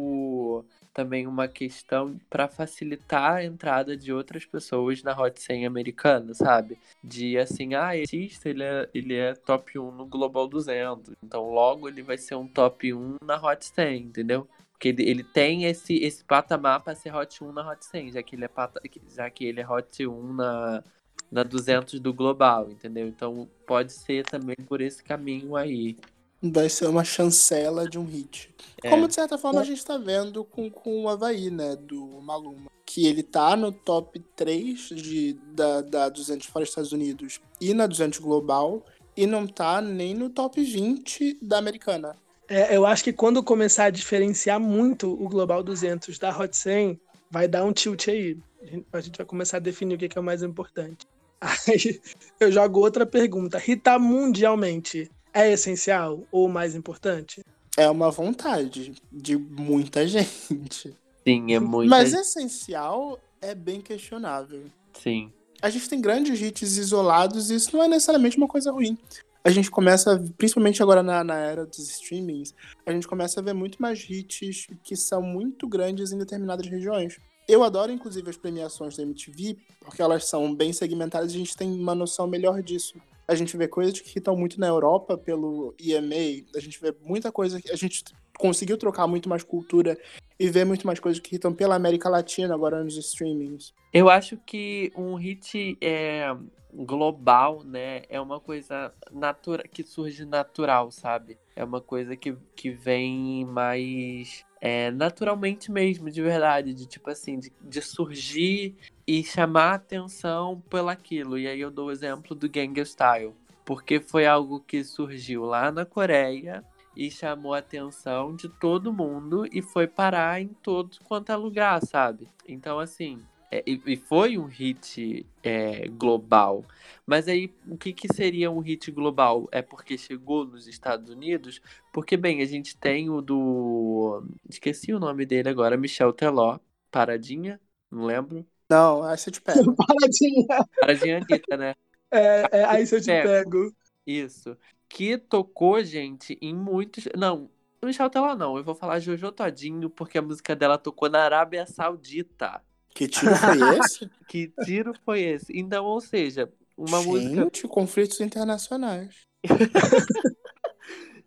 o também uma questão para facilitar a entrada de outras pessoas na Hot cem americana, sabe? De assim, ah, esse artista ele é, ele é top um no Global duzentos, então logo ele vai ser um top um na Hot cem, entendeu? Porque ele, ele tem esse, esse patamar para ser Hot um na Hot cem, já que ele é, pata, já que ele é Hot um na na duzentos do global, entendeu? Então pode ser também por esse caminho aí. Vai ser uma chancela de um hit. É. Como, de certa forma, a gente tá vendo com, com o Havaí, né? Do Maluma. Que ele tá no top três de, da, da duzentos fora dos Estados Unidos e na duzentos global. E não tá nem no top vinte da americana. É, eu acho que quando começar a diferenciar muito o Global duzentos da Hot cem, vai dar um tilt aí. A gente, a gente vai começar a definir o que é, que é o mais importante. Aí eu jogo outra pergunta. Hitar mundialmente é essencial ou mais importante? É uma vontade de muita gente. Sim, é muito. Mas essencial é bem questionável. Sim. A gente tem grandes hits isolados e isso não é necessariamente uma coisa ruim. A gente começa, principalmente agora na, na era dos streamings, a gente começa a ver muito mais hits que são muito grandes em determinadas regiões. Eu adoro, inclusive, as premiações da M T V, porque elas são bem segmentadas e a gente tem uma noção melhor disso. A gente vê coisas que hitam muito na Europa pelo E M A, a gente vê muita coisa que a gente conseguiu trocar muito mais cultura e ver muito mais coisas que hitam pela América Latina agora nos streamings. Eu acho que um hit é, global, né, é uma coisa natura, que surge natural, sabe? É uma coisa que, que vem mais é, naturalmente mesmo, de verdade, de tipo assim, de, de surgir e chamar atenção pelaquilo. E aí eu dou o exemplo do Gangnam Style, porque foi algo que surgiu lá na Coreia e chamou a atenção de todo mundo e foi parar em todo quanto é lugar, sabe? Então, assim, é, e, e foi um hit é, global. Mas aí, o que, que seria um hit global? É porque chegou nos Estados Unidos? Porque, bem, a gente tem o do... Esqueci o nome dele agora, Michel Teló. Paradinha? Não lembro. Não, aí você te pega. Paradinha. Paradinha Anitta, né? É, é, aí se eu te É. pego. Isso. Que tocou, gente, em muitos... Não, o Michel Teló não. Eu vou falar Jojo Todinho, porque a música dela tocou na Arábia Saudita. Que tiro foi esse? Que tiro foi esse? Então, ou seja, uma música... Gente, conflitos internacionais.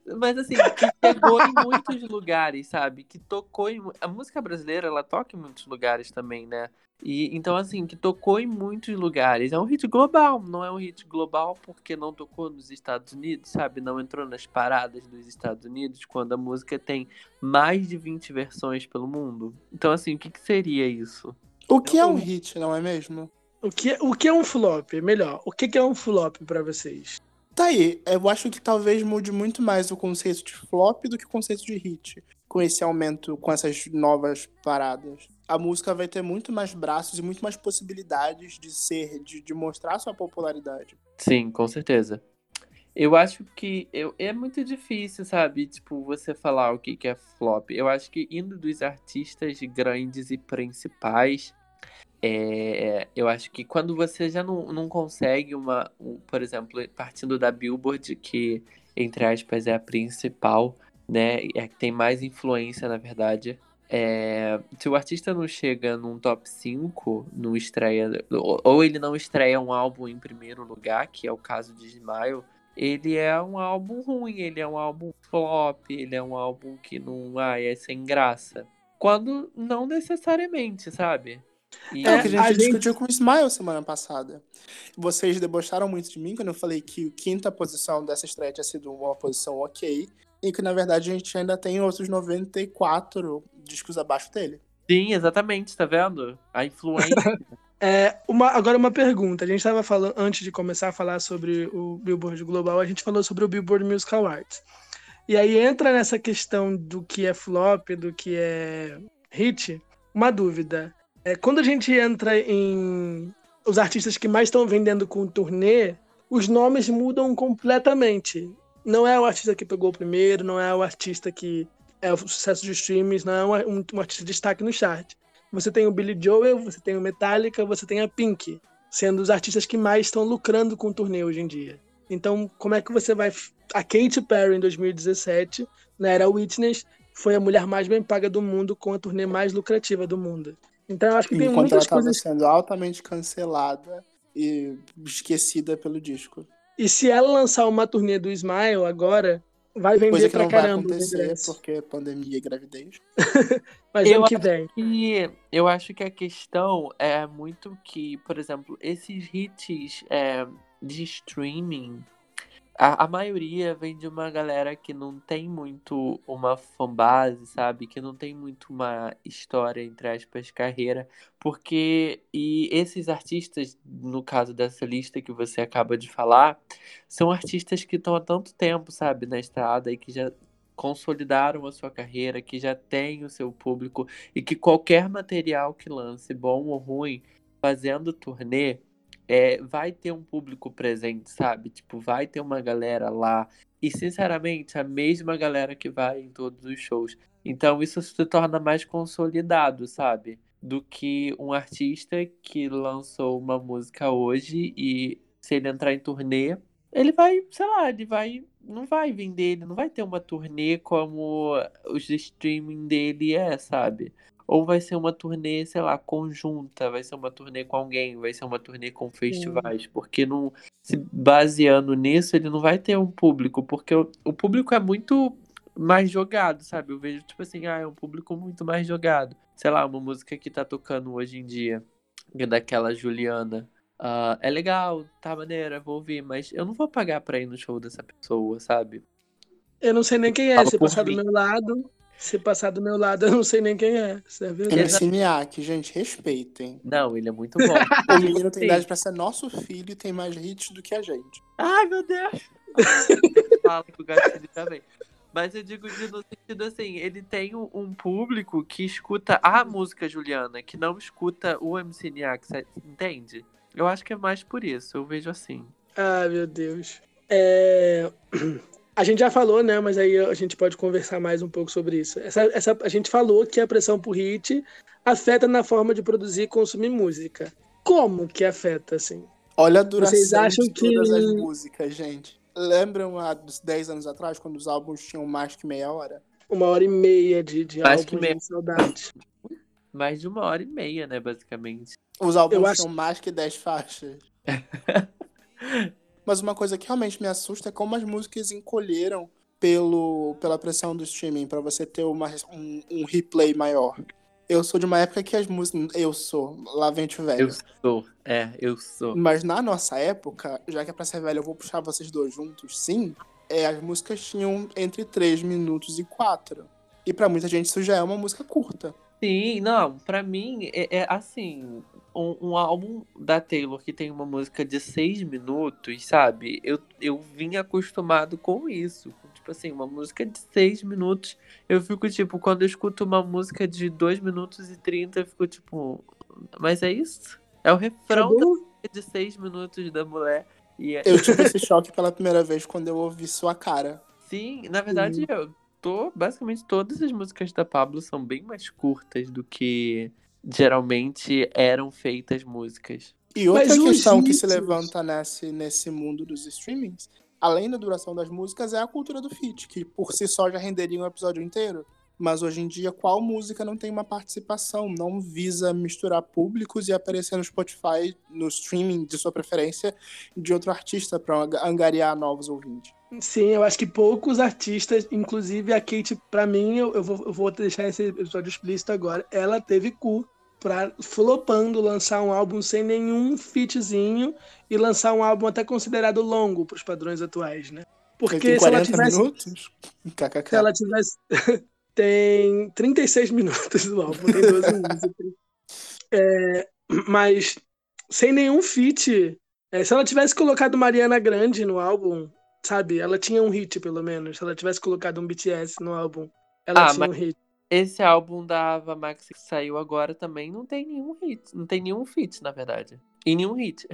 Mas assim, que chegou em muitos lugares, sabe? Que tocou em. A música brasileira, ela toca em muitos lugares também, né? E então, assim, que tocou em muitos lugares. É um hit global, não é um hit global porque não tocou nos Estados Unidos, sabe? Não entrou nas paradas dos Estados Unidos quando a música tem mais de vinte versões pelo mundo. Então, assim, o que, que seria isso? O que é um hit, não é mesmo? O que, o que é um flop? Melhor, o que, que é um flop pra vocês? Tá aí, eu acho que talvez mude muito mais o conceito de flop do que o conceito de hit. Com esse aumento, com essas novas paradas. A música vai ter muito mais braços e muito mais possibilidades de ser, de, de mostrar sua popularidade. Sim, com certeza. Eu acho que eu, é muito difícil, sabe? Tipo, você falar o que, que é flop. Eu acho que indo dos artistas grandes e principais, é, eu acho que quando você já não, não consegue uma, um, por exemplo, partindo da Billboard, que, entre aspas, é a principal, né? É que tem mais influência, na verdade. É, se o artista não chega num top cinco, não estreia, ou, ou ele não estreia um álbum em primeiro lugar, que é o caso de Smile, ele é um álbum ruim, ele é um álbum flop, ele é um álbum que não, ai, é sem graça. Quando não necessariamente, sabe? E É o que a gente a gente- discutiu com o Smile semana passada. Vocês debocharam muito de mim quando eu falei que a quinta posição dessa estreia tinha sido uma posição ok, e que na verdade a gente ainda tem outros noventa e quatro discos abaixo dele. sim, exatamente, tá vendo? A influência. É, uma, agora uma pergunta. A gente estava falando, antes de começar a falar sobre o Billboard Global, a gente falou sobre o Billboard Music Awards. E aí entra nessa questão do que é flop, do que é hit, uma dúvida. É, quando a gente entra em os artistas que mais estão vendendo com turnê, os nomes mudam completamente. Não é o artista que pegou o primeiro, não é o artista que é o sucesso de streams, não é um, um artista de destaque no chart. Você tem o Billy Joel, você tem o Metallica, você tem a Pink, sendo os artistas que mais estão lucrando com o turnê hoje em dia. Então, como é que você vai... A Katy Perry, em dois mil e dezessete, na era Witness, foi a mulher mais bem paga do mundo com a turnê mais lucrativa do mundo. Então, eu acho que tem Enquanto ela muitas estava coisas... sendo altamente cancelada e esquecida pelo disco. E se ela lançar uma turnê do Smile agora, vai vender Coisa que pra não vai caramba os acontecer, ingressos. porque pandemia e gravidez. Mas Eu ano que vem. E eu acho que a questão é muito que, por exemplo, esses hits é, de streaming, a, a maioria vem de uma galera que não tem muito uma fanbase, sabe? Que não tem muito uma história, entre aspas, carreira. Porque, e esses artistas, no caso dessa lista que você acaba de falar, são artistas que estão há tanto tempo, sabe, na estrada e que já consolidaram a sua carreira, que já tem o seu público e que qualquer material que lance, bom ou ruim, fazendo turnê, é, vai ter um público presente, sabe? Tipo, vai ter uma galera lá. E, sinceramente, a mesma galera que vai em todos os shows. Então, isso se torna mais consolidado, sabe? Do que um artista que lançou uma música hoje e se ele entrar em turnê, ele vai, sei lá, ele vai. Não vai vender, ele não vai ter uma turnê como os de streaming dele é, sabe? Ou vai ser uma turnê, sei lá, conjunta, vai ser uma turnê com alguém, vai ser uma turnê com festivais, porque não, se baseando nisso, ele não vai ter um público, porque o, o público é muito mais jogado, sabe? Eu vejo, tipo assim, ah, é um público muito mais jogado. Sei lá, uma música que tá tocando hoje em dia, que é daquela Juliana. Ah, é legal, tá maneira, vou ouvir, mas eu não vou pagar pra ir no show dessa pessoa, sabe? Eu não sei nem quem é. Falo Se por passar do mim. meu lado, se passar do meu lado, eu não sei nem quem é. Isso é verdade. M C Miak, gente, respeitem. Não, ele é muito bom. O menino tem Sim. idade pra ser nosso filho e tem mais hits do que a gente. Ai, meu Deus! Fala com o gatilho também. Mas eu digo de, no sentido assim, ele tem um, um público que escuta a música Juliana, que não escuta o M C Niak, entende? Eu acho que é mais por isso, eu vejo assim. Ah, meu Deus. É... A gente já falou, né? Mas aí a gente pode conversar mais um pouco sobre isso. Essa, essa, a gente falou que a pressão por hit afeta na forma de produzir e consumir música. Como que afeta, assim? Olha a duração Vocês acham de todas que- as músicas, gente. Lembram há dos dez anos atrás, quando os álbuns tinham mais que meia hora? Uma hora e meia de, de Mais álbum que meia. de saudade. Mais de uma hora e meia, né, basicamente. Os álbuns Eu acho- tinham mais que dez faixas. Mas uma coisa que realmente me assusta é como as músicas encolheram pelo, pela pressão do streaming, pra você ter uma, um, um replay maior. Eu sou de uma época que as músicas... Eu sou, lá vem o velho. Eu sou, é, eu sou. Mas na nossa época, já que é pra ser velho, eu vou puxar vocês dois juntos, sim. É, as músicas tinham entre três minutos e quatro. E pra muita gente isso já é uma música curta. Sim, não, pra mim é, é assim, um, um álbum da Taylor que tem uma música de seis minutos, sabe? Eu, eu vim acostumado com isso. Tipo assim, uma música de seis minutos, eu fico tipo, quando eu escuto uma música de dois minutos e trinta, eu fico tipo, mas é isso? É o refrão da Acabou? música de seis minutos da mulher. E é- Eu tive esse choque pela primeira vez quando eu ouvi Sua Cara. Sim, na verdade, Sim. eu tô. Basicamente, todas as músicas da Pablo são bem mais curtas do que geralmente eram feitas músicas. E outra Mas os questão que hits... se levanta nesse, nesse mundo dos streamings, além da duração das músicas, é a cultura do feat, que por si só já renderia um episódio inteiro. Mas hoje em dia, qual música não tem uma participação? Não visa misturar públicos e aparecer no Spotify, no streaming de sua preferência, de outro artista para angariar novos ouvintes. Sim, eu acho que poucos artistas, inclusive a Kate, pra mim, eu, eu, vou, eu vou deixar esse episódio explícito agora, ela teve cu pra, flopando, lançar um álbum sem nenhum featzinho e lançar um álbum até considerado longo pros padrões atuais, né? Ele Porque tem se ela quarenta tivesse... minutos? Se Kkk. ela tivesse... tem trinta e seis minutos do álbum, tem doze músicas. É, mas sem nenhum feat. É, se ela tivesse colocado Mariana Grande no álbum, sabe? Ela tinha um hit, pelo menos. Se ela tivesse colocado um B T S no álbum, ela Ah, tinha mas um hit. esse álbum da Ava Max que saiu agora também não tem nenhum hit. Não tem nenhum feat, na verdade. E nenhum hit.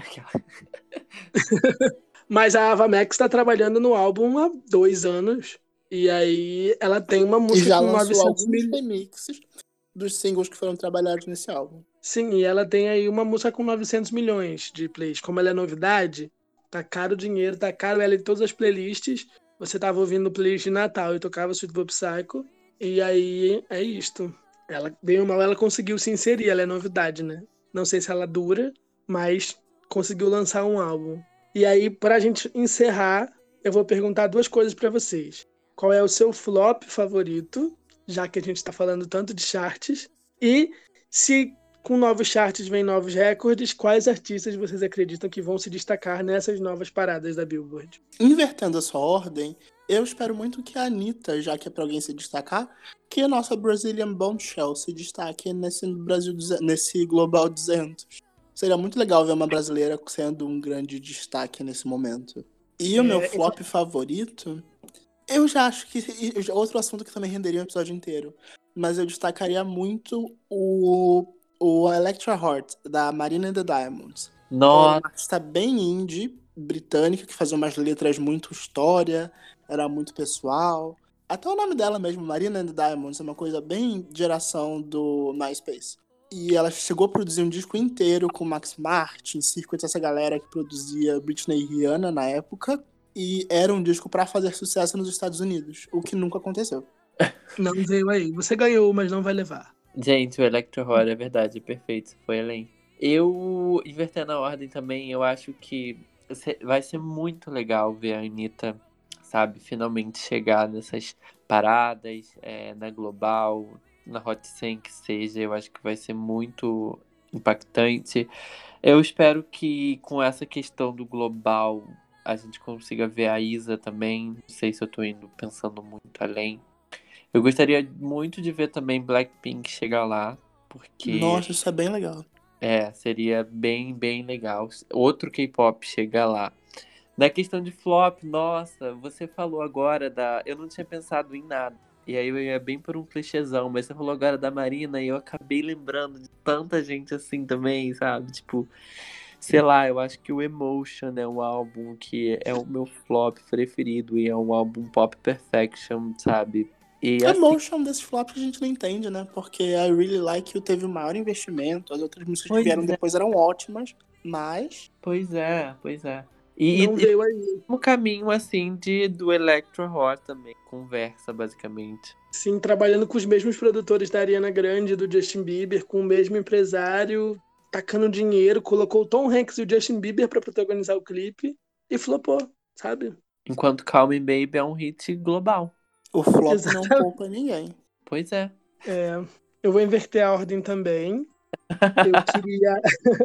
Mas a Ava Max tá trabalhando no álbum há dois anos. E aí ela tem uma E música já com lançou novecentos alguns mil. remixes dos singles que foram trabalhados nesse álbum. Sim, e ela tem aí uma música com novecentos milhões de plays. Como ela é novidade, tá caro o dinheiro, tá caro ela em todas as playlists. Você tava ouvindo playlist de Natal e tocava Sweet Pop Psycho. E aí é isto. Ela, bem ou mal, ela conseguiu se inserir, ela é novidade, né? Não sei se ela dura, mas conseguiu lançar um álbum. E aí, pra gente encerrar, eu vou perguntar duas coisas pra vocês. Qual é o seu flop favorito, já que a gente tá falando tanto de charts? E se com novos charts vem novos recordes, quais artistas vocês acreditam que vão se destacar nessas novas paradas da Billboard? Invertendo a sua ordem, eu espero muito que a Anitta, já que é pra alguém se destacar, que a nossa Brazilian Bombshell se destaque nesse, Brasil, nesse Global duzentos. Seria muito legal ver uma brasileira sendo um grande destaque nesse momento. E o É, meu flop favorito, eu já acho que... Outro assunto que também renderia um episódio inteiro. Mas eu destacaria muito o, o Electra Heart, da Marina and the Diamonds. Ela é Nossa, uma artista bem indie, britânica, que fazia umas letras muito história, era muito pessoal. Até o nome dela mesmo, Marina and the Diamonds, é uma coisa bem geração do MySpace. E ela chegou a produzir um disco inteiro com Max Martin, Circuit, essa galera que produzia Britney e Rihanna na época. E era um disco pra fazer sucesso nos Estados Unidos, o que nunca aconteceu. não veio aí. Você ganhou, mas não vai levar. gente, o Electro Horror é verdade, perfeito, foi além. Eu, invertendo a ordem também, eu acho que se- vai ser muito legal ver a Anitta, sabe, finalmente chegar nessas paradas, é, na Global, na Hot cem que seja, eu acho que vai ser muito impactante. Eu espero que com essa questão do Global a gente consiga ver a Isa também, não sei se eu tô indo pensando muito além. Eu gostaria muito de ver também Blackpink chegar lá, porque Nossa, isso é bem legal. é, seria bem, bem legal. Outro K-pop chegar lá. Na questão de flop, nossa, você falou agora da. Eu não tinha pensado em nada. E aí eu ia bem por um clichêzão, mas você falou agora da Marina e eu acabei lembrando de tanta gente assim também, sabe? Tipo, sei lá, eu acho que o Emotion é um álbum que é o meu flop preferido e é um álbum pop perfection, sabe? E A assim, Emotion desses flops a gente não entende, né? Porque a Really Like You teve o maior investimento, as outras músicas que pois vieram é, depois eram ótimas, mas pois é, pois é. E, Não e, veio aí. um caminho assim de do Electro Horror também, conversa basicamente. Sim, trabalhando com os mesmos produtores da Ariana Grande, do Justin Bieber, com o mesmo empresário, tacando dinheiro, colocou o Tom Hanks e o Justin Bieber pra protagonizar o clipe e flopou, sabe? Enquanto Call Me Baby é um hit global. O flop Exatamente. não poupa ninguém. Pois é. É, eu vou inverter a ordem também. Eu queria,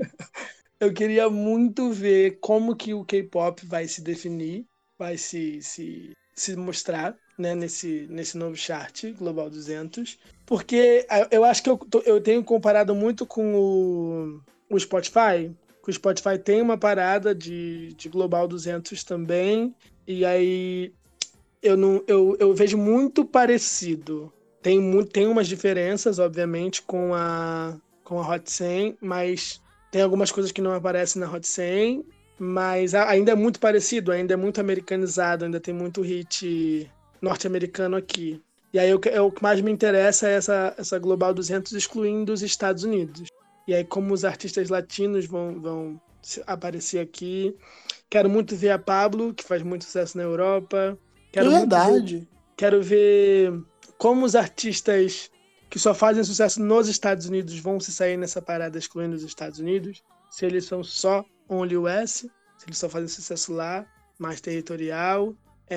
eu queria muito ver como que o K-pop vai se definir, vai se, se, se mostrar, né, nesse, nesse novo chart Global duzentos. Porque eu acho que eu, tô- eu tenho comparado muito com o, o Spotify. Que o Spotify tem uma parada de, de Global duzentos também. E aí eu, não, eu, eu vejo muito parecido. Tem, mu- tem umas diferenças, obviamente, com a, com a Hot cem, mas tem algumas coisas que não aparecem na Hot cem, mas a- ainda é muito parecido, ainda é muito americanizado, ainda tem muito hit norte-americano aqui. E aí o que, é o que mais me interessa é essa, essa Global duzentos excluindo os Estados Unidos. E aí como os artistas latinos vão, vão se- aparecer aqui. Quero muito ver a Pablo, que faz muito sucesso na Europa. Quero É muito ver verdade. Quero ver como os artistas que só fazem sucesso nos Estados Unidos vão se sair nessa parada excluindo os Estados Unidos. Se eles são só Only U S, se eles só fazem sucesso lá, mais territorial.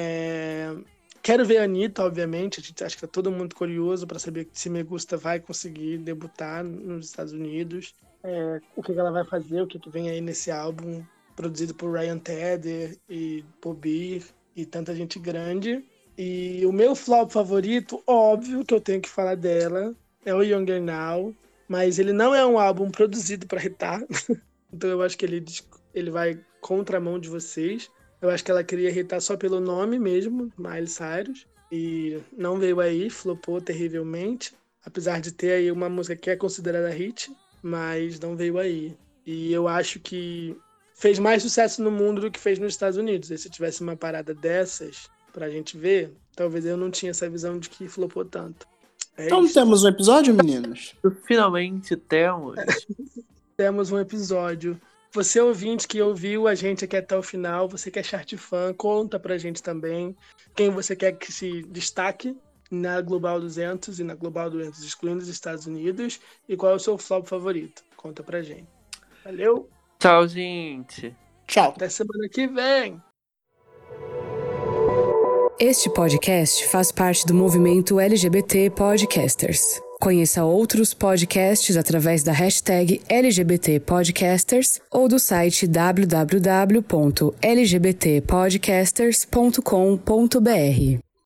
É, Quero ver a Anitta, obviamente. A gente acha que tá todo mundo curioso para saber se Me Gusta vai conseguir debutar nos Estados Unidos. É, O que que ela vai fazer, o que que vem aí nesse álbum produzido por Ryan Tedder e Paul Beer e tanta gente grande. E o meu flop favorito, óbvio que eu tenho que falar dela, é o Younger Now, mas ele não é um álbum produzido para hitar, então eu acho que ele, dis- ele vai contramão de vocês. Eu acho que ela queria hitar só pelo nome mesmo, Miley Cyrus, e não veio aí, flopou terrivelmente, apesar de ter aí uma música que é considerada hit, mas não veio aí. E eu acho que fez mais sucesso no mundo do que fez nos Estados Unidos. E se tivesse uma parada dessas pra gente ver, talvez eu não tinha essa visão de que flopou tanto. É Então isso. temos um episódio, meninos? Finalmente temos. Temos um episódio. Você ouvinte que ouviu a gente aqui até o final, você que é chart fã, conta pra gente também quem você quer que se destaque na Global duzentos e na Global duzentos excluindo os Estados Unidos, e qual é o seu flop favorito. Conta pra gente. Valeu, Tchau, gente. Tchau. até semana que vem! Este podcast faz parte do movimento L G B T Podcasters. Conheça outros podcasts através da hashtag L G B T Podcasters ou do site w w w ponto l g b t podcasters ponto com ponto b r.